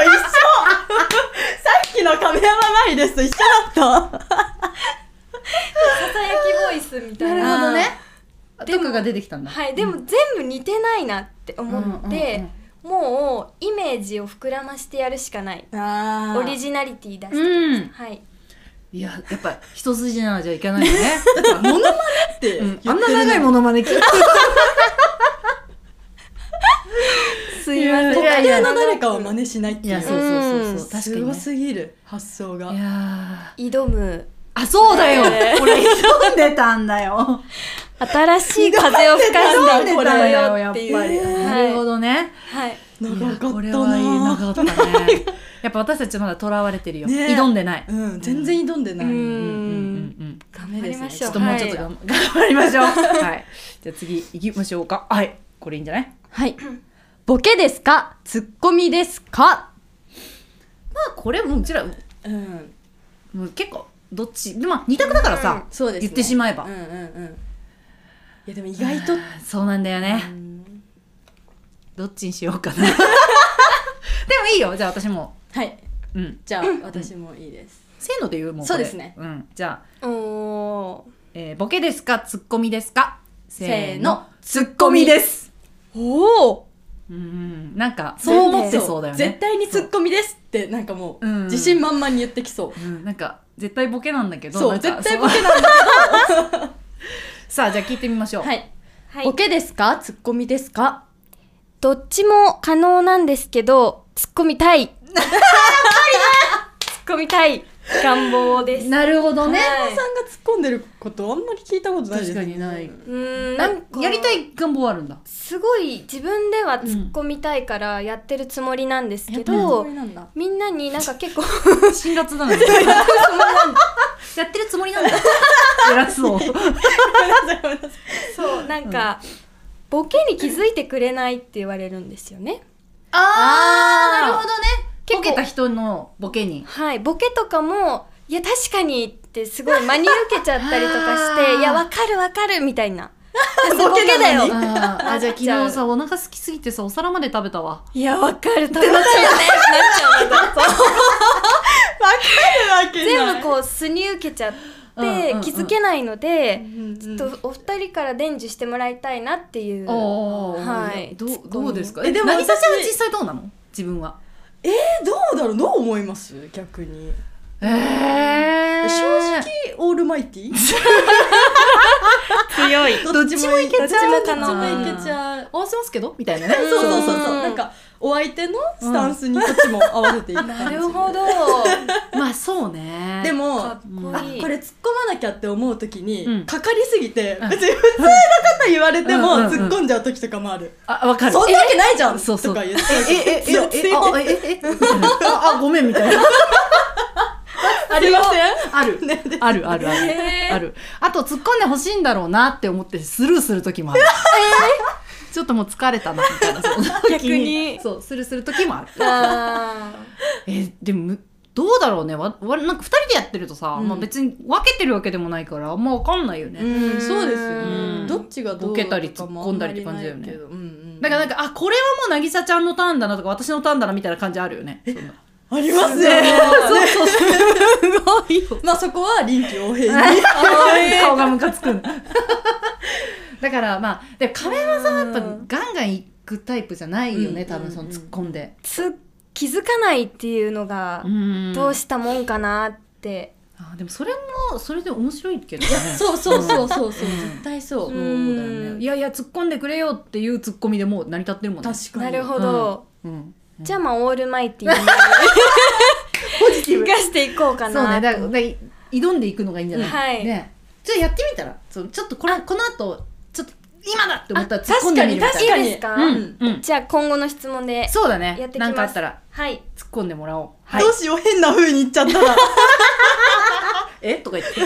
っきの亀山舞ですと一緒だった。 ささやきボイスみたいな。 なるほどね。とかが出てきたんだ。 はい。でも全部似てないなって思って。もうイメージを膨らましてやるしかない。オリジナリティ出して、うん、はい。いややっぱ一筋縄じゃいかないよね。 モノマネって、うん、 あんな長いモノマネ聞いた。 すいません。 特定の誰かを真似しないっていう。 いやそうそうそうそう。確かにすごすぎる発想が。 いや挑む。 あ、そうだよ。これ挑んでたんだよ。 新しい風を吹かしてこれよっていう。 なるほどね。 はい。 長かったな。 これはいい長かったね。 やっぱ私たちまだ囚われてるよ、ね、挑んでない、 うん、全然挑んでない、うん、うんうんうんダメですね。 ちょっともうちょっと頑張りましょう。はい。じゃあ次行きましょうか。はい。これいいんじゃない？ はい。ボケですか？ツッコミですか？まあこれもうちら、うん、もう結構どっちでも二択だからさ、うん、そうですね、言ってしまえば。うんうんうん。 いやでも意外とそうなんだよね。どっちにしようかな。でもいいよ。じゃあ私も。 はい。うん。じゃあ私もいいです。 せーので言うもん。 そうですね。 うん。じゃあ、おえー、ボケですかツッコミですか？せーの、ツッコミです。 おお。 うん、なんかそう思ってそうだよね。 絶対にツッコミですってなんかもう、うん、自信満々に言ってきそう。 うん、なんか絶対ボケなんだけど。 そう絶対ボケなんだけど。 さあじゃあ聞いてみましょう。 はい。はい、ボケですか？ツッコミですか？ どっちも可能なんですけど、ツッコみたい。ツッコみたい。願望です。 なるほどね。 山さんが突っ込んでることあんまり聞いたことないです。 確かにない。うん、なんかやりたい願望あるんだ。 すごい自分では突っ込みたいからやってるつもりなんですけど、うん、みんなになんか結構辛辣だね。やってるつもりなんだ。偉そう。 そうなんか、うん、ボケに気づいてくれないって言われるんですよね。 あー、なるほどね。ボケた人のボケに、 はい、ボケとかもいや確かにってすごい真に受けちゃったりとかしていやわかるわかるみたいなボケだよ。 ああじゃあ昨日さお腹空きすぎてさお皿まで食べたわ。 いやわかる食べたよねなっちゃうんだ。わかるわけない。全部こう素に受けちゃって気づけないので、うんうん、ちょっとお二人から伝授してもらいたいなっていう。はい。 どうどうですか？えでも渚ちゃんは実際どうなの？自分は。 えー、どうだろうどう思います逆に。 えー、 正直オールマイティ強い。 どっちもいけちゃう。 どっちもいけちゃう。 合わせますけどみたいなね。 そうそうそうそう。なんかお相手のスタンスにこっちも合わせていく。 なるほど。 まあそうね。 でもかっこいい。 これ突っ込まなきゃって思う時に、うん、かかりすぎて、うん、別に普通のこと言われても突っ込んじゃう時とかもある。 あ、わかる。 そんなわけないじゃん。 そうそう。 とか言って。 ええええええああごめんみたいな。 ありません？ ある、ね、あるあるあるある。あと突っ込んでほしいんだろうなって思ってスルーする時もある。えー、ちょっともう疲れたなみたいな。 逆にそうスルーする時もある。あえー、でもどうだろうね。わわなんかふたりでやってるとさ、うん、まあ、別に分けてるわけでもないからあんま分かんないよね。 うんそうですよね、うん、どっちがどうボケたり突っ込んだりって感じだよね。うんうん、だからなんかあこれはもう渚ちゃんのターンだなとか私のターンだなみたいな感じあるよね。そんなありますね。そうそうすごい。まあそこは臨機応変に顔がムカつくんだからまあでも亀山さんはやっぱガンガンいくタイプじゃないよね、うん、多分その突っ込んでつ気づかないっていうのがどうしたもんかなって。 あでもそれもそれで面白いけどね。 そうそうそうそうそう絶対そう。そうだよね。 いやいや突っ込んでくれよっていう突っ込みでもう成り立ってるもんね。 確かに。 なるほど、うんうん、じゃあまあオールマイティーにポジティブ生かしていこうかな。 そうねだから挑んでいくのがいいんじゃない、 はいね、じゃあやってみたらそうちょっとこれこの後ちょっと今だって思ったら突っ込んでみるみたいな。 確かに確かに、 うんうん、 じゃあ今後の質問でそうだねやってきます。 何かあったら、 はい、 突っ込んでもらおう、 はい、どうしよう変な風に言っちゃったらえとか言って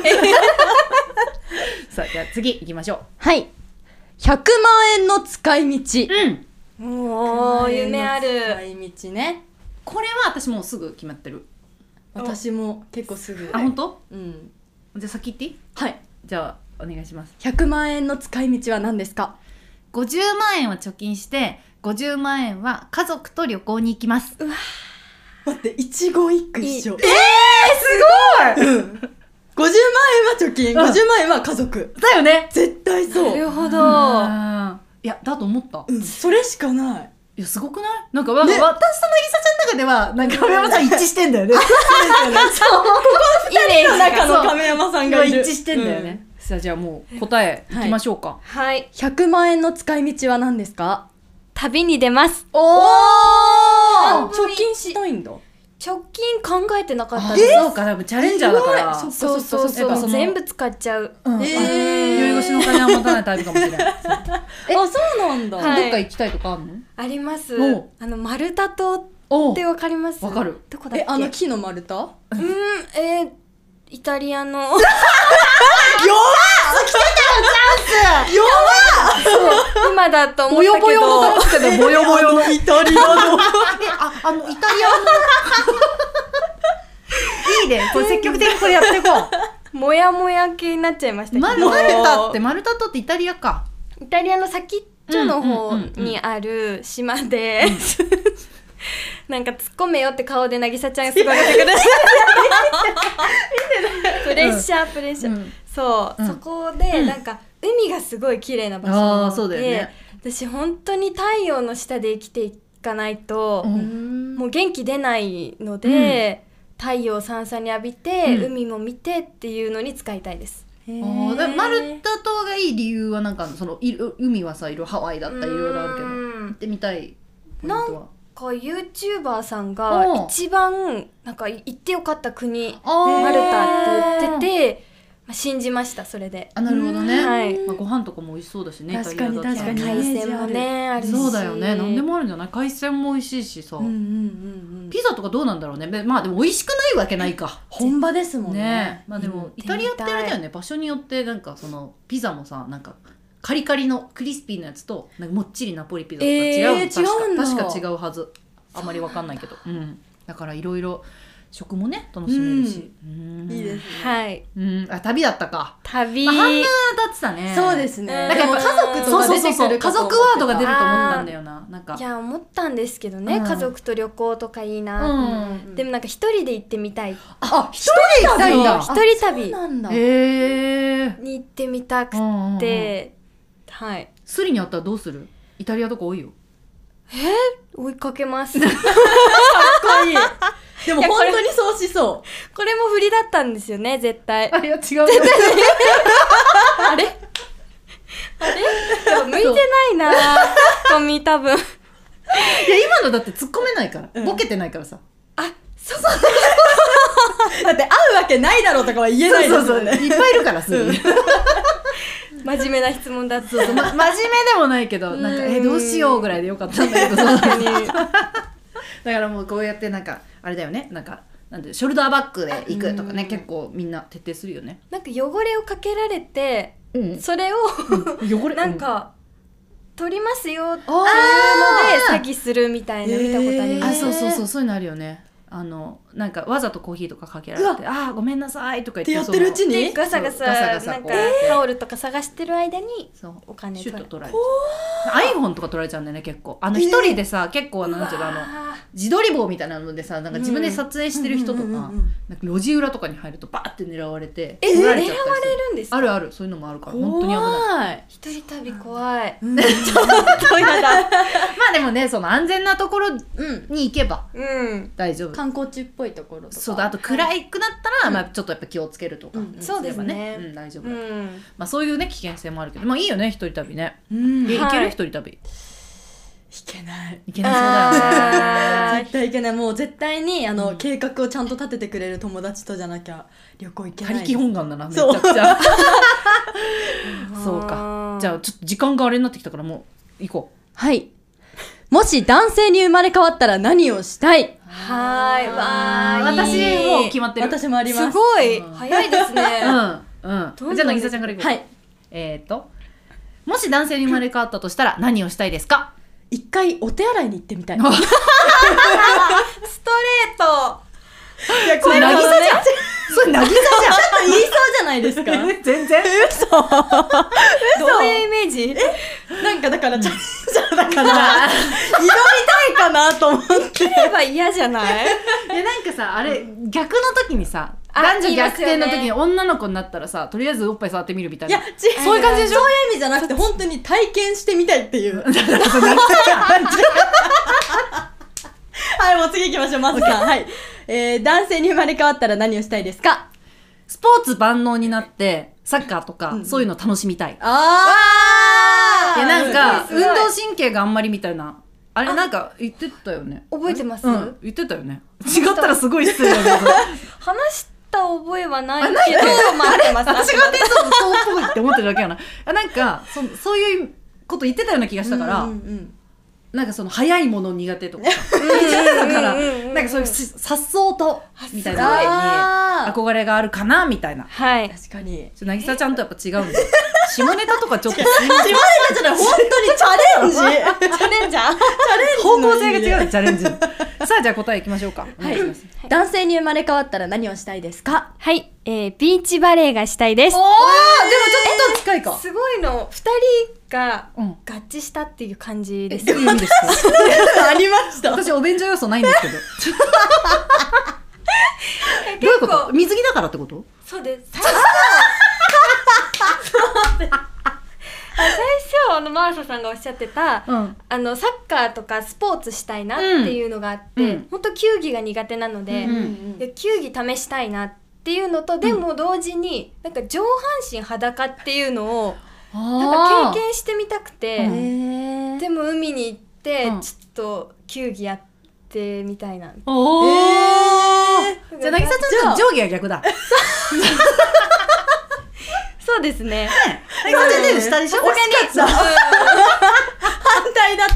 さあじゃあ次行きましょう。 はいひゃくまんえんの使い道。 うんおー夢ある使い道ね。 これは私もうすぐ決まってる。 私も結構すぐ。 あ本当？ うん。 じゃあ先言っていい？ はい。 じゃあお願いします。 ひゃくまんえんの使い道は何ですか？ ごじゅうまんえんは貯金してごじゅうまんえんは家族と旅行に行きます。 うわ待って一言一句一緒。 えーすごい、うん、 ごじゅうまんえんは貯金、うん、ごじゅうまんえんは家族だよね。 絶対そう。 なるほど。 いやだと思った、 うん、それしかない。 いやすごくない？なんか、ね、私と渚ちゃんの中ではなんか亀山さん一致してんだよね。そうここふたりの中の亀山さんがいる。一致してんだよね、うん、さあじゃあもう答えいきましょうか。 はい、 ひゃくまんえんの使い道は何ですか？ 旅に出ます。 おー貯金しないんだ。 貯金考えてなかったです。 そうか多分チャレンジャーだから。 そうそうそうそう全部使っちゃう、 うん、えー、酔い越しの金は持たないタイプかもしれない。 あそうなんだ、 はい、どっか行きたいとかあるの？ あります。あの丸太島っってわかります？ わかる。 どこだっけ？ え、あの木の丸太？ うん、えー、イタリアの弱っ来てたよチャンス。 弱っそう今だと思ったけどボヨボヨの楽しかったボヨボヨのイタリアのあ、あのイタリアのいいね、これ積極的にこれやっていこうもやもや系になっちゃいましたけど、 マルタってマルタ島ってイタリアか。 イタリアの先っちょの方にある島で、うんうんうんうん、なんか突っ込めよって顔でなぎさちゃんがすごい出てくるプレッシャープレッシャー、うん、そう、うん、そこでなんか海がすごい綺麗な場所で、あー、そうだよね、私本当に太陽の下で生きていかないと、うん、もう元気出ないので、うん、太陽をさんさんに浴びて、うん、海も見てっていうのに使いたいです。 あだマルタ島がいい理由はなんかそのい海はさいろいろハワイだったりいろいろあるけど行ってみたいポイントはなんか YouTuber さんが一番なんか行ってよかった国マルタって言ってて、まあ、信じましたそれで。 あなるほどね、 はい、 まあ、ご飯とかも美味しそうだしね。 確かに確かに海鮮もねあるし。 そうだよね、何でもあるんじゃない。海鮮も美味しいしさ、うんうんうんうん、ピザとかどうなんだろうね。まあでも美味しくないわけないか本場ですもん ね, ねまあでもイタリアってあれだよね、場所によってなんかそのピザもさなんかカリカリのクリスピーなやつとなんかもっちりナポリピザとか違う、えー、確か違うんだ。確か違うはず。あまりわかんないけど、うん、だからいろいろ食もね楽しめるし、うん、うんいいですね。 はい、 うん、あ旅だったか。 旅、 まあ、半分だってたね。 そうですね。 なんかやっぱ家族とか出てくる家族ワードが出ると思ったんだよな。なんかいや思ったんですけどね、うん、家族と旅行とかいいな、うん、でもなんか一人で行ってみたい。 あ一人で行きたいんだ。 一人旅なんだ、 へーに行ってみたくて、うんうんうん、はい。 スリにあったらどうする？イタリアとか多いよ。 えー、追いかけますかっこいいでも本当にそうしそう。 これも振りだったんですよね絶対。 あいや違う絶対あれあれでも向いてないなツッコミ多分。いや今のだって突っ込めないから、うん、ボケてないからさ。 あそうだって会うわけないだろうとかは言えないですよね。 そうそうそういっぱいいるからすぐ、うん真面目な質問だった。 そうそう、ま、真面目でもないけどなんかえどうしようぐらいでよかったんだけどだからもうこうやってなんかあれだよね、なんかなんでショルダーバッグで行くとかね、結構みんな徹底するよね。 なんか汚れをかけられて、うん、それを、うん、汚れなんか、うん、取りますよっていうので詐欺するみたいな見たことあります。 あそうそうそうそういうのあるよね。あのなんかわざとコーヒーとかかけられてあーごめんなさいとか言ってやってるうちにガサガサなんかタオルとか探してる間にお金取られて iPhone とか取られちゃうんだよね結構。あの一人でさ結構なんていうのあの自撮り棒みたいなのでさなんか自分で撮影してる人とかなんか路地裏とかに入るとバーって狙われてえ狙われるんですか？ あるあるそういうのもあるから本当に危ない。 一人旅怖い、 うん、ちょっとやだまあでもねその安全なところに行けば大丈夫。 観光地っぽいところとかそうだあと暗いくなったら、はいまあ、ちょっとやっぱ気をつけるとか、 うん、そうですね、 うん、大丈夫だけど、うんまあ、そういうね危険性もあるけどまあいいよね一人旅ね、うん、行ける、はい、一人旅いけないいけないそうだよね絶対いけない。もう絶対にあの、うん、計画をちゃんと立ててくれる友達とじゃなきゃ旅行行けない。 他力本願だなめちゃくちゃそうかじゃあちょっと時間があれになってきたからもう行こう。 はい。もし男性に生まれ変わったら何をしたい？ はいわー私もう決まってる。 私もあります。 すごい、うん、早いですねうんうんじゃあ渚ちゃんからいこう。 はいえーともし男性に生まれ変わったとしたら何をしたいですか？ 一回お手洗いに行ってみたい。ストレート。 いやこれ渚じゃん。それ渚じゃん。ちょっと言いそうじゃないですか。 全然嘘。どういうイメージ？ えなんかだからチャレンジャーだから挑みたいかなと思って。 生きれば嫌じゃない？ いやなんかさあれ逆の時にさ男女逆転の時に女の子になったらさとりあえずおっぱい触ってみるみたいな。 いやそういう感じでしょ。そういう意味じゃなくて本当に体験してみたいっていう。はいもう次行きましょう。まずさんはい、えー、男性に生まれ変わったら何をしたいですか？ スポーツ万能になってサッカーとか、うん、そういうの楽しみたい。 ああいやなんか運動神経があんまりみたいなあれなんか言ってたよね。 覚えてます？ うん、言ってたよね。違ったらすごい失礼だけど話した覚えはないけどまあ合ってます。 私がそうそうっぽいって思ってるだけやな。なんか そ, そういうこと言ってたような気がしたから、うんうんうん、 なんかその速いもの苦手とかだからなんかそういうさっそうとみたいなのに憧れがあるかなみたいな。 はい、 確かになぎさちゃんとやっぱ違うんで下ネタとかちょっと下ネタじゃない、本当にチャレンジチャレンジャー方向性が違うね、チャレンジさあじゃあ答えいきましょうか。 はい、男性に生まれ変わったら何をしたいですか？ はい、えー、ビーチバレーがしたいです。 おー、でもちょっと近いか。 すごいのふたりが合致したっていう感じです。 どういう意味ですか？ ありました。 私お便所要素ないんですけどどういうこと？水着だからってこと？ そうです。最初最初あのマーサさんがおっしゃってた、うん、あのサッカーとかスポーツしたいなっていうのがあって、うん、本当球技が苦手なので、うん、で球技試したいなっていうのと、でも同時になんか上半身裸っていうのをなんか経験してみたくて、でも海に行ってちょっと球技やってみたいな。 おー、えー、じゃあなぎさちゃんと定規は逆だそうですね。 なぎさちゃんで下でしょ。 反対だ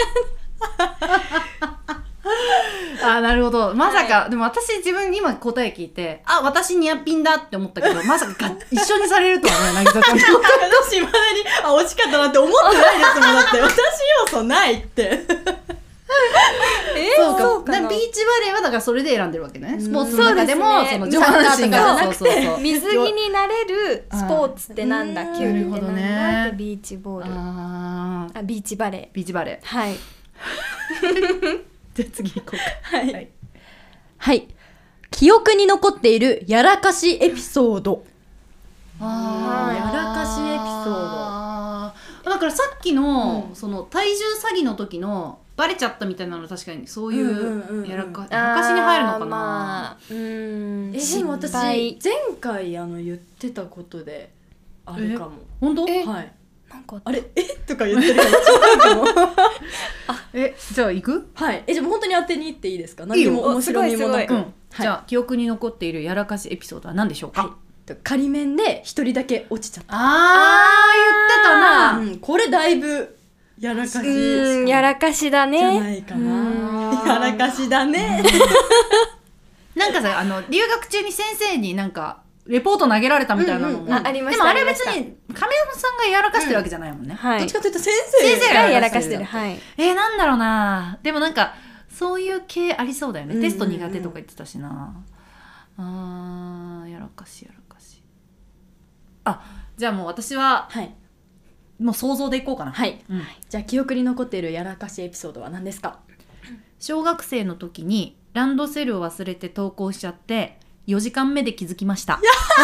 ったあ、なるほど。まさか、はい、でも私自分今答え聞いて、あ、私ニアピンだって思ったけど、まさか一緒にされるとはね、なぎさちゃんと。 私まだに、あ、惜しかったなって思ってないですもん。だって私要素ないってえー、そうか。そうかな。ビーチバレーはだからそれで選んでるわけね。スポーツの中でも、その上半身がそうそうそう水着になれるスポーツってなんだ、球技ってなんだって、ビーチボール、ああ、ビーチバレー、 ビーチバレー、 はい。 じゃあ次行こうか。 はい、はいはい、記憶に残っているやらかしエピソード。 あー、やらかしエピソードだからさっきの、うん、その体重詐欺の時のバレちゃったみたいなの確かにそういうやらか、やらかしに入るのかな。まあ、 うーん、えでも私前回あの言ってたことであるかも。 本当？はい。 なんかあれえとか言ってるから違うかもあ、えじゃあ行く？ はい。えじゃあ本当に当てに行っていいですか？何も面白みもなく、うん、はい、 じゃあ記憶に残っているやらかしエピソードは何でしょうか？はい、 仮面で一人だけ落ちちゃった。 あー、言ってたな、 うん、これだいぶやらかし、 うん、やらかしだね。 じゃないかな。やらかしだね。 なんかさ、あの留学中に先生になんかレポート投げられたみたいなのも、うんうんうん、 ありました。 でもあれ別に亀山さんがやらかしてるわけじゃないもんね。 うん、はい、どっちかというと先生先生がやらかしてる。 はい。 えー、なんだろうな。でもなんかそういう系ありそうだよね。テスト苦手とか言ってたしな。あー、やらかしやらかし。あ、じゃあもう私は。はい。もう想像でいこうかな。 はい、うん、じゃあ記憶に残っているやらかしエピソードは何ですか？ 小学生の時にランドセルを忘れて登校しちゃってよじかんめで気づきました。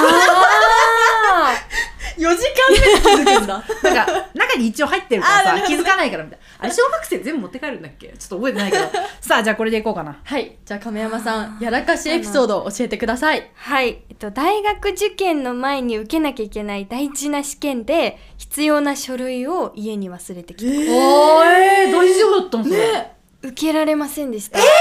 よじかんめで気づくんだ。 なんか中に一応入ってるからさ気づかないからみたいな。あれ小学生全部持って帰るんだっけ？ちょっと覚えてないけどさあじゃあこれでいこうかな。 はい、じゃあ亀山さんやらかしエピソードを教えてください。 はい、えっと、大学受験の前に受けなきゃいけない大事な試験で必要な書類を家に忘れてきた。えー、おー、えー、大丈夫だったんですよ、ね、 受けられませんでした。え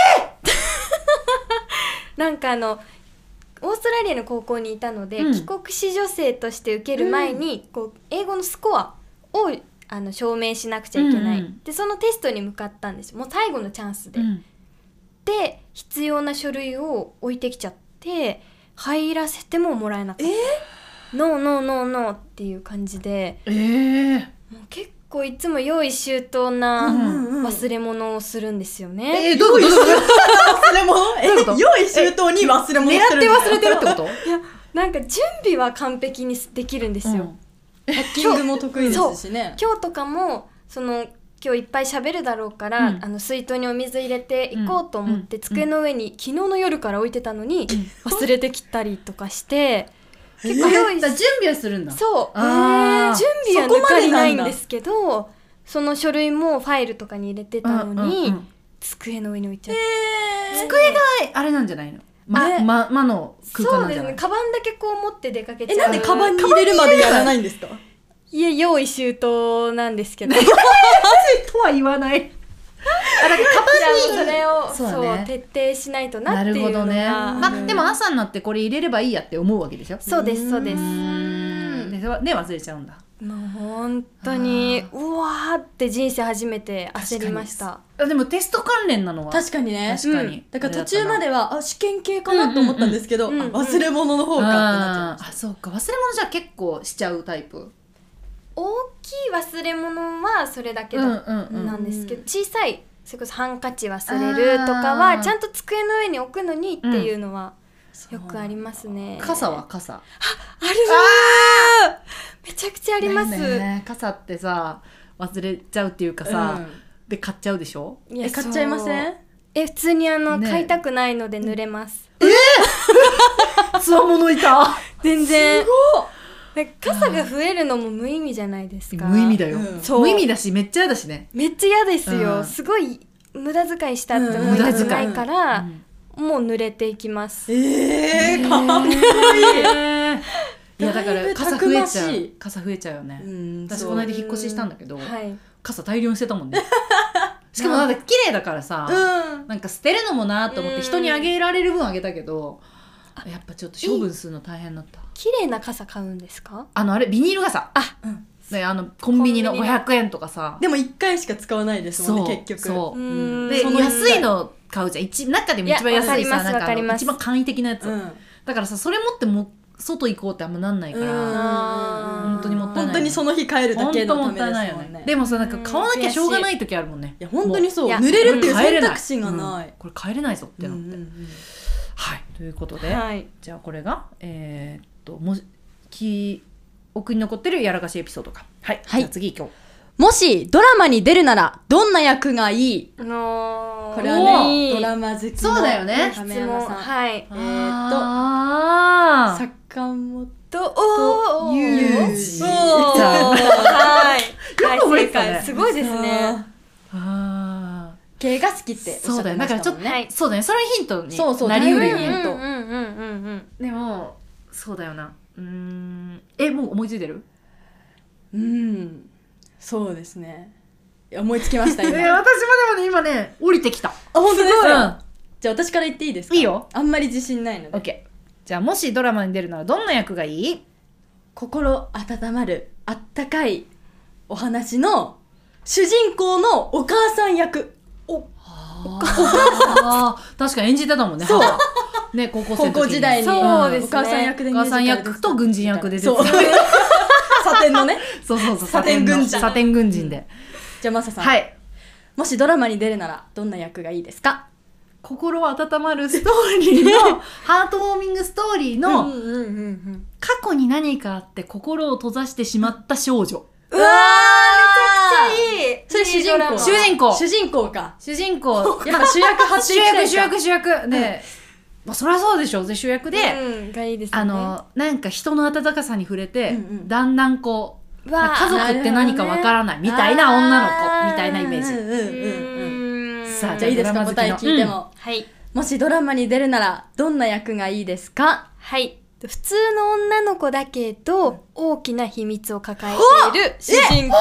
ー、なんかあのオーストラリアの高校にいたので、うん、帰国子女生として受ける前に、うん、こう英語のスコアをあの証明しなくちゃいけない、うんうん、でそのテストに向かったんです。もう最後のチャンスで、うん、で必要な書類を置いてきちゃって入らせてももらえなかった。えー、ノーノーノーノーっていう感じで、 えー、 もう結構いつも用意周到な忘れ物をするんですよね。うんうん、 えー、どういうこと？ 忘れ物？えー、用意周到に忘れ物してる。 狙って忘れてるってこと？いや、なんか準備は完璧にできるんですよ。うん、 ハッキングも得意ですしね。 今日とかもその今日いっぱい喋るだろうから、うん、あの水筒にお水入れていこうと思って、うん、机の上に昨日の夜から置いてたのに、うん、忘れてきたりとかして。 結構用意した準備はするんだ。 そう、えー、準備は抜かりないんですけど、その書類もファイルとかに入れてたのに、うんうんうん、机の上に置いちゃって、 えー、机があれなんじゃないの？ま、ま、魔の空間なんじゃない？ そうですね。カバンだけこう持って出かけちゃう。 え、なんでカバンに入れるまでやらないんですか？ いや、用意周到なんですけどとは言わない。あ、だからカバンにそれをそう、ね、そう徹底しないとなっていうのが。なるほどね。 まあ、でも朝になってこれ入れればいいやって思うわけでしょ。 そうですそうです。 うーんで、ね、忘れちゃうんだ。 もう本当にうわーって人生初めて焦りました。 あでもテスト関連なのは確かにね。 確かに、 うん、だから途中まではあ試験系かなと思ったんですけど、うんうんうん、忘れ物の方かってなっちゃいました。 あそうか、忘れ物じゃ結構しちゃうタイプ。 大きい忘れ物はそれだけだ、うんうんうん、なんですけど、小さいそれこそハンカチ忘れるとかはちゃんと机の上に置くのにっていうのはよくありますね。 うん、傘は傘ああるあめちゃくちゃあります、 ね、傘ってさ忘れちゃうっていうかさ、うん、で買っちゃうでしょ。 え買っちゃいません？ え普通にあの、ね、買いたくないので濡れます。 えー、つわものいた全然すごい。傘が増えるのも無意味じゃないですか。 無意味だよ、うん、無意味だしめっちゃ嫌だしね。 めっちゃ嫌ですよ、うん、すごい無駄遣いしたって思いたくないから、うん、もう濡れていきます。 えー、かわいい。 いやだから傘増えちゃう傘増えちゃうよね。うん私この間引っ越ししたんだけど、はい、傘大量に捨てたもんね。しかもなんか綺麗だからさ、うん、なんか捨てるのもなと思って人にあげられる分あげたけど、やっぱちょっと処分するの大変だった。 綺麗な傘買うんですか？あのあれビニール傘。 あ、うんね、あのコンビニのごひゃくえんとかさ。 でもいっかいしか使わないですもんね結局。 そう。うんで安いの買うじゃん。一中でも一番安いさなんか一番簡易的なやつ、うん。だからさそれ持っても外行こうってあんまなんないから本当にもったいない。 本当にその日帰るだけのためですもんね。 よねでもさなんか買わなきゃしょうがない時あるもんね。 いや本当にそう。濡れるっていう選択肢がない。うん、 これ帰れないぞってなって。うんうんうん、はいということで、はい、じゃあこれがえー、っとも記憶に残ってるやらかしエピソードか。はい。はい、じゃあ次今日。 もしドラマに出るならどんな役がいい？あのー、これはねドラマ好きのそうだよね。 亀山さん。 はい。 えー、っと坂本と裕二。 はい。よく覚えてたね。すごいですね。 ああ。系が好きっておっしゃってましたもんね。 だからちょっと、はい、そうだね。それヒントにそうそうなりうるよね。 うんうんうんうんうん。 でもそうだよな。うーん。えもう思いついてる？ うん。そうですね。思いつきました今。 えー、私もでもね今ね降りてきた。あ本当ですか？うん、じゃあ私から言っていいですか？ いいよ。 あんまり自信ないので。 オッケー。じゃあもしドラマに出るならどんな役がいい？ 心温まるあったかいお話の主人公のお母さん役。おお母さん。確かに演じてたもんね。 そうね高校生の時に高校時代に、 そうですね、 お母さん役でお母さん役と軍人役で出てた。 サテンのね。 そうそうそう。 サテン軍人。 サテン軍人で。 じゃあマサさん。 はい。 もしドラマに出るならどんな役がいいですか？ 心温まるストーリーのハートウォーミングストーリーの過去に何かあって心を閉ざしてしまった少女。 うわーめちゃくちゃいい。 それ主人公。 主人公。 主人公か。 主人公。 やっぱ主役張っていきたいか。 主役主役主役で。まあ、そりゃそうでしょ。で主役で、 うん、がいいですね、 あのなんか人の温かさに触れて、うんうん、だんだんこう家族って何かわからないみたいな女の子みたいなイメージ。うんうんうん、さあじゃあいいですか答え聞いても、うん、 はい。 もしドラマに出るならどんな役がいいですか？ はい。普通の女の子だけど大きな秘密を抱えている主人公。正解？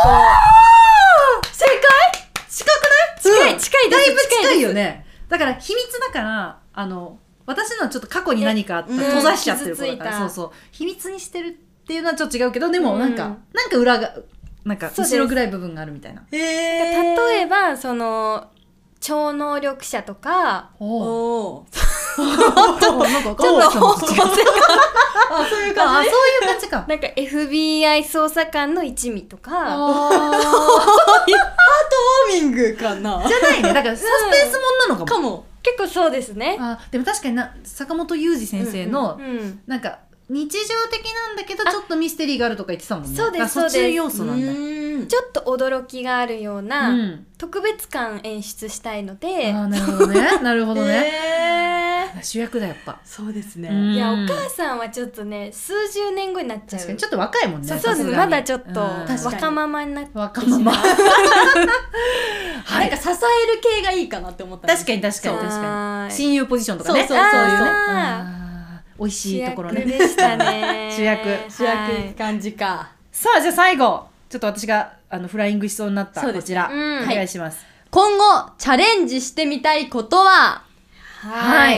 近くない？近い近いです。 だいぶ近いよね。だから秘密だからあの私のはちょっと過去に何かあったら閉ざしちゃってる子だから、そうそう秘密にしてるっていうのはちょっと違うけどでもなんか、うん、なんか裏がなんか後ろ暗い部分があるみたいな。 へー。例えばその超能力者とかおおなんかちょっと方向性があそういう感じ。 あそういう感じか。 なんか エフビーアイ 捜査官の一味とか。 あハートウォーミングかな。 じゃないね。だからサスペンスもんなのかも。 かも。 結構そうですね。 あでも確かにな坂本雄二先生の、うんうんうん、なんか日常的なんだけどちょっとミステリーがあるとか言ってたもんね。 そうですそうです。 そっち要素なんだ。 ちょっと驚きがあるような、うん、特別感演出したいので。 あなるほどねなるほどね、えー、主役だやっぱ。 そうですね。 いやお母さんはちょっとね数十年後になっちゃう。 確かにちょっと若いもんね。 そうそうですまだちょっと若ママになって若ママはい、なんか支える系がいいかなって思ったんです。 確かに確かに確かに親友ポジションとかね。 そうそうそういうね美味しいところね。 主役でしたね主役主役感じか。 さあじゃあ最後ちょっと私があのフライングしそうになったこちら、うん、お願いします。 今後チャレンジしてみたいことははい、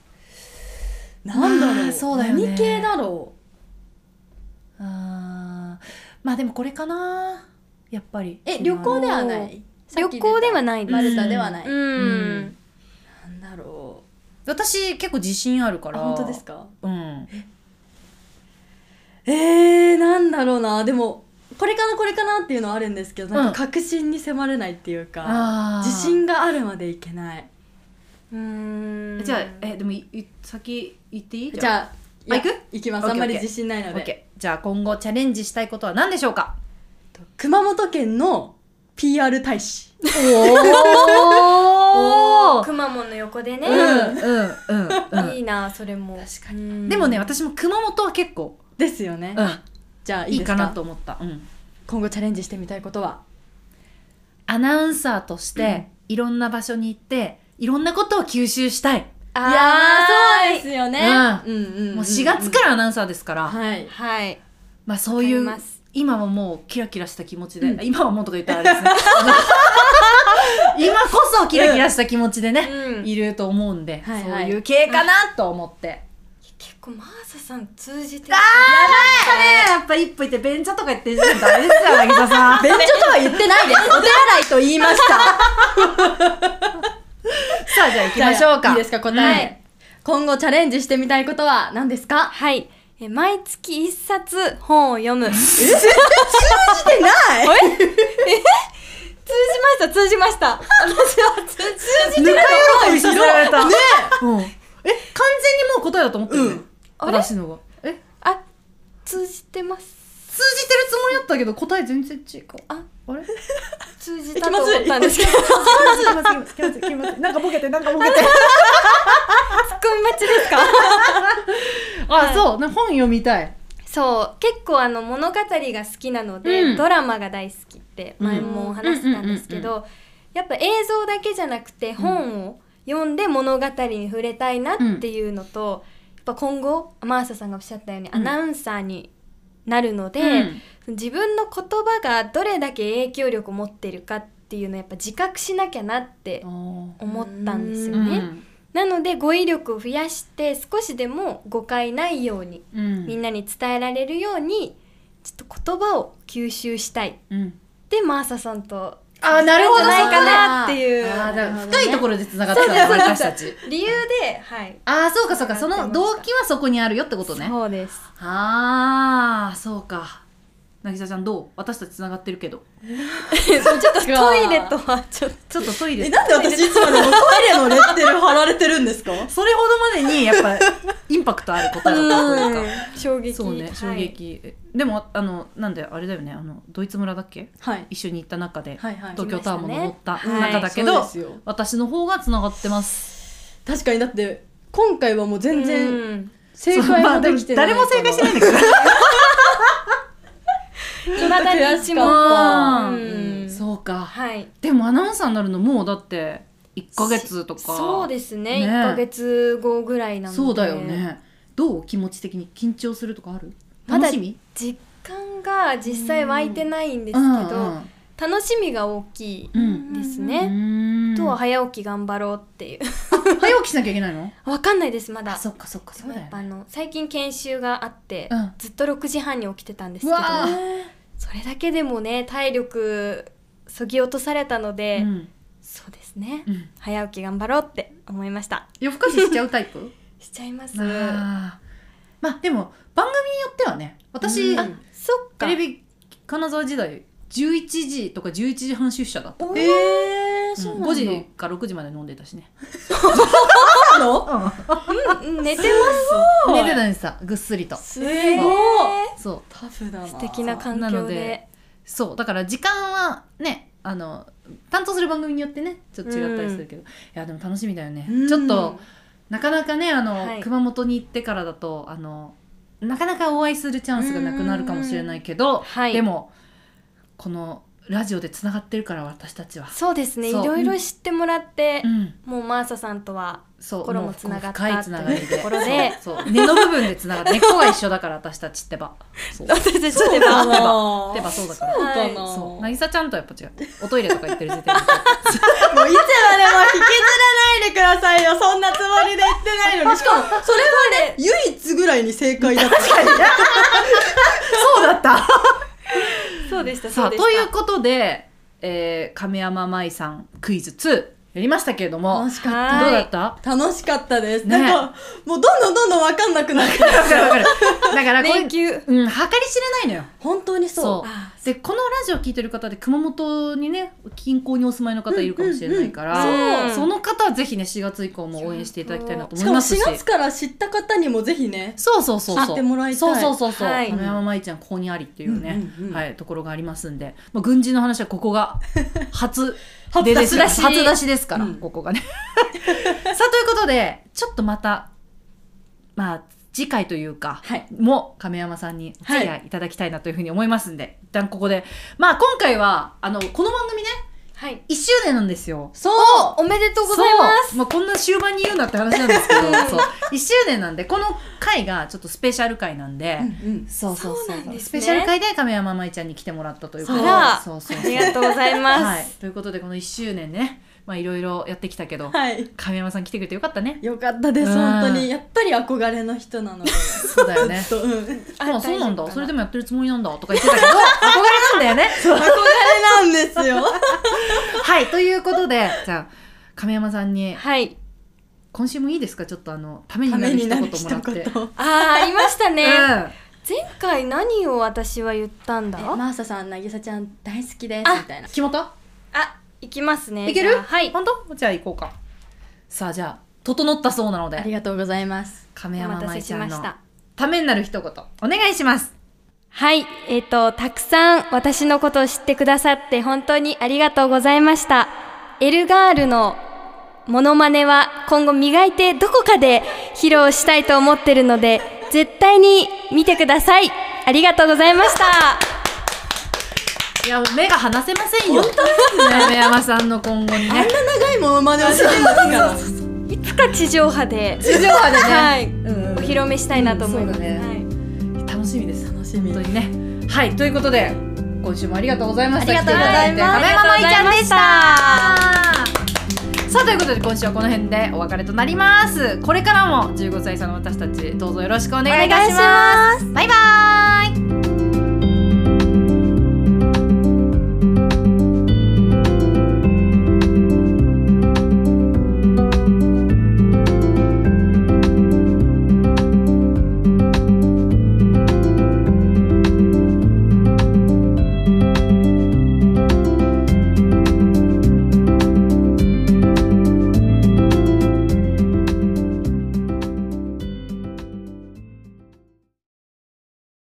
なんだろう、 そうだよね、 何系だろう。あまあでもこれかな。 やっぱり。 え旅行ではない？ 旅行ではないです。 マルタではない。 うん、うん、 なんだろう。私結構自信あるから。 本当ですか？ うん。 えー、なんだろうな。でもこれかなこれかなっていうのはあるんですけど、なんか確信に迫れないっていうか、うん、自信があるまでいけない。 うーん。 じゃあえでも先言っていい？ じゃああ行く？ 行きます。あんまり自信ないので。 OK。じゃあ今後チャレンジしたいことは何でしょうか？ 熊本県の ピーアール 大使。おお。くまモンの横でね。うんうんうん。いいなそれも。 確かに。でもね私も熊本は結構ですよね。うん。じゃあいいですか？ いいかなと思った。うん。 今後チャレンジしてみたいことは？ アナウンサーとしていろんな場所に行っていろんなことを吸収したい。 いやそうですよね。 うんうん。もうしがつからアナウンサーですから。 はいはい。 まあそういう今はもうキラキラした気持ちで、うん、今はもうとか言ったらあれですね今こそキラキラした気持ちでね、うん、いると思うんで、はいはい、そういう系かなと思って、 結構マーサさん通じてる。あーやばいね。やっぱ一歩いて便所とか言ってるじゃん。ダメですよ渚さん。 便所とは言ってないです。お手洗いと言いましたさあじゃあ行きましょうか。 いいですか答え、はい、今後チャレンジしてみたいことは何ですか？ はい、え毎月一冊本を読む。え通じてないええ通じました通じました私は通じてる。 ぬか喜びさせられたね、うん、え完全にもう答えだと思ってるね、うん、私のがえあ通じてます。 通じてるつもりだったけど答え全然違う。ああれ通じたと思ったんですけどなんかボケてなんかボケてツッコミ待ちですかあ、はい、そう本読みたい。 そう結構あの物語が好きなので、うん、ドラマが大好きって前も話してたんですけど、やっぱ映像だけじゃなくて本を読んで物語に触れたいなっていうのと、うん、やっぱ今後マーサさんがおっしゃったように、うん、アナウンサーになるので、うん、自分の言葉がどれだけ影響力を持っているかっていうのをやっぱ自覚しなきゃなって思ったんですよね、うん、なので語彙力を増やして少しでも誤解ないように、うん、みんなに伝えられるようにちょっと言葉を吸収したい、うん、でマーサさんとあなるほどないかなっていう、 あだから深いところでつながってたの私たち理由で、はい、 あそうかそうかその動機はそこにあるよってことね。 そうです。 ああそうか。渚ちゃんどう？私たちつながってるけどそうちょっとトイレとはちょっとちょっとトイレえなんで私いつまでもトイレのレッテル貼られてるんですか？ それほどまでにやっぱインパクトある答えだったというか衝撃。 そうね衝撃、はい、でもあのなんであれだよねあのドイツ村だっけ、はい、一緒に行った中で、はいはい、東京タワーも登った中だけど、はい、私の方がつながってます。 確かにだって今回はもう全然正解ができてない、 まあ、誰も正解してないんだけどまだに一問か、うん、 そうか、 はい、 でもアナウンサーになるのもうだっていっかげつとかそうです ね, ねいっかげつごぐらいなので。 そうだよね。どう気持ち的に緊張するとかある？楽しみ？ まだ実感が実際湧いてないんですけど、うんうん、楽しみが大きいですね、うん、とは早起き頑張ろうっていう早起きしなきゃいけないの？ わかんないですまだ。 あそっかそっかそうだよね。 やっぱあの最近研修があって、うん、ずっとろくじはんに起きてたんですけどそれだけでもね体力そぎ落とされたので、うん、そうですね、うん、早起き頑張ろうって思いました。 夜更かししちゃうタイプ？ しちゃいます。 あまあでも番組によってはね私、うん、 あそっかテレビ金沢時代じゅういちじとかじゅういちじはん出社だった。 えー、そうなんだ。 ごじかろくじまで飲んでたしね。 そうなの？ うん、寝てます。 寝てたんですさぐっすりと。 すごい。 そうタフだな。 素敵な環境で。 そうだから時間はねあの担当する番組によってねちょっと違ったりするけど、うん、いやでも楽しみだよね、うん、ちょっとなかなかねあの、はい、熊本に行ってからだとあのなかなかお会いするチャンスがなくなるかもしれないけど、はい、でもこのラジオでつながってるから私たちはそうですねいろいろ知ってもらって、うん、もうマーサさんとは心もつながった深いつながりでところでそうそう根の部分でつながって根っこが一緒だから私たちってば私たちってばってばそうだからそうかな、 はい、そう渚ちゃんとやっぱ違うおトイレとか言ってる時点でもういつまでも引きずらないでくださいよそんなつもりで言ってないのにしかもそれはね唯一ぐらいに正解だった確かにそうだったそそうでしたさあそうでした。 ということで、えー、亀山舞さんクイズツーやりましたけれども、 楽しかった。 どうだった？ 楽しかったです。 ね、 なんかもうどんどんどんどん分かんなくなってわかるわかる。だからこれ、 迷宮、 うん、計り知れないのよ。 本当にそう。 そうでこのラジオ聞いてる方で熊本にね近郊にお住まいの方いるかもしれないから、 うんうんうん、 その方はぜひねしがつ以降も応援していただきたいなと思いますし、 しかもしがつから知った方にもぜひねそうそうそうそう知ってもらいたい。 そうそうそうそう、 はい、 亀山舞ちゃんここにありっていうね、 うんうんうん、 はい、ところがありますんで、まあ、軍人の話はここが初初出です出し初出しですから、 うん、 ここがねさあということでちょっとまたまあ次回というか、 はい、 も亀山さんにお付き合いいただきたいなというふうに思いますんで、はい、一旦ここでまあ今回はあのこの番組ね、はい、いっしゅうねんなんですよ。 そうおめでとうございます。 まあ、こんな終盤に言うなって話なんですけどそういっしゅうねんなんでこの回がちょっとスペシャル回なんで、うんうん、そうそうそう、そうなんですね、スペシャル回で亀山舞ちゃんに来てもらったということで、 そうそうそうありがとうございます、 はい、ということでこのいっしゅうねんねまあいろいろやってきたけど、はい、亀山さん来てくれてよかったね。 よかったです、本当にやっぱり憧れの人なのでそうだよねうん、あそうなんだそれでもやってるつもりなんだとか言ってたけど憧れなんだよね憧れなんですよはいということでじゃあ亀山さんに、 はい、 今週もいいですかちょっとあのためになる一言もらってああありましたね、うん、前回何を私は言ったんだ。 マーサさんなぎさちゃん大好きですみたいな。 決まった？ あいきますね。 いける？ はい。 本当？じゃあ行こうか。さあじゃあ整ったそうなので。 ありがとうございます。 亀山舞ちゃんのためになる一言お願いします。 はい、えっとたくさん私のことを知ってくださって本当にありがとうございました。エルガールのモノマネは今後磨いてどこかで披露したいと思ってるので絶対に見てください。ありがとうございました。 いや目が離せませんよ。 本当ですね。 亀山さんの今後にね。 あんな長いモノマネをしてるんですからいつか地上波で地上波でね、 はいうん、お披露目したいなと思います、うんねはい、楽しみです。 楽しみ本当にね。はいということで今週もありがとうございました。 ありがとうございます。 亀山舞ちゃんでした。さあということで今週はこの辺でお別れとなります。これからもじゅうごさい差の私たちどうぞよろしくお願いいたします。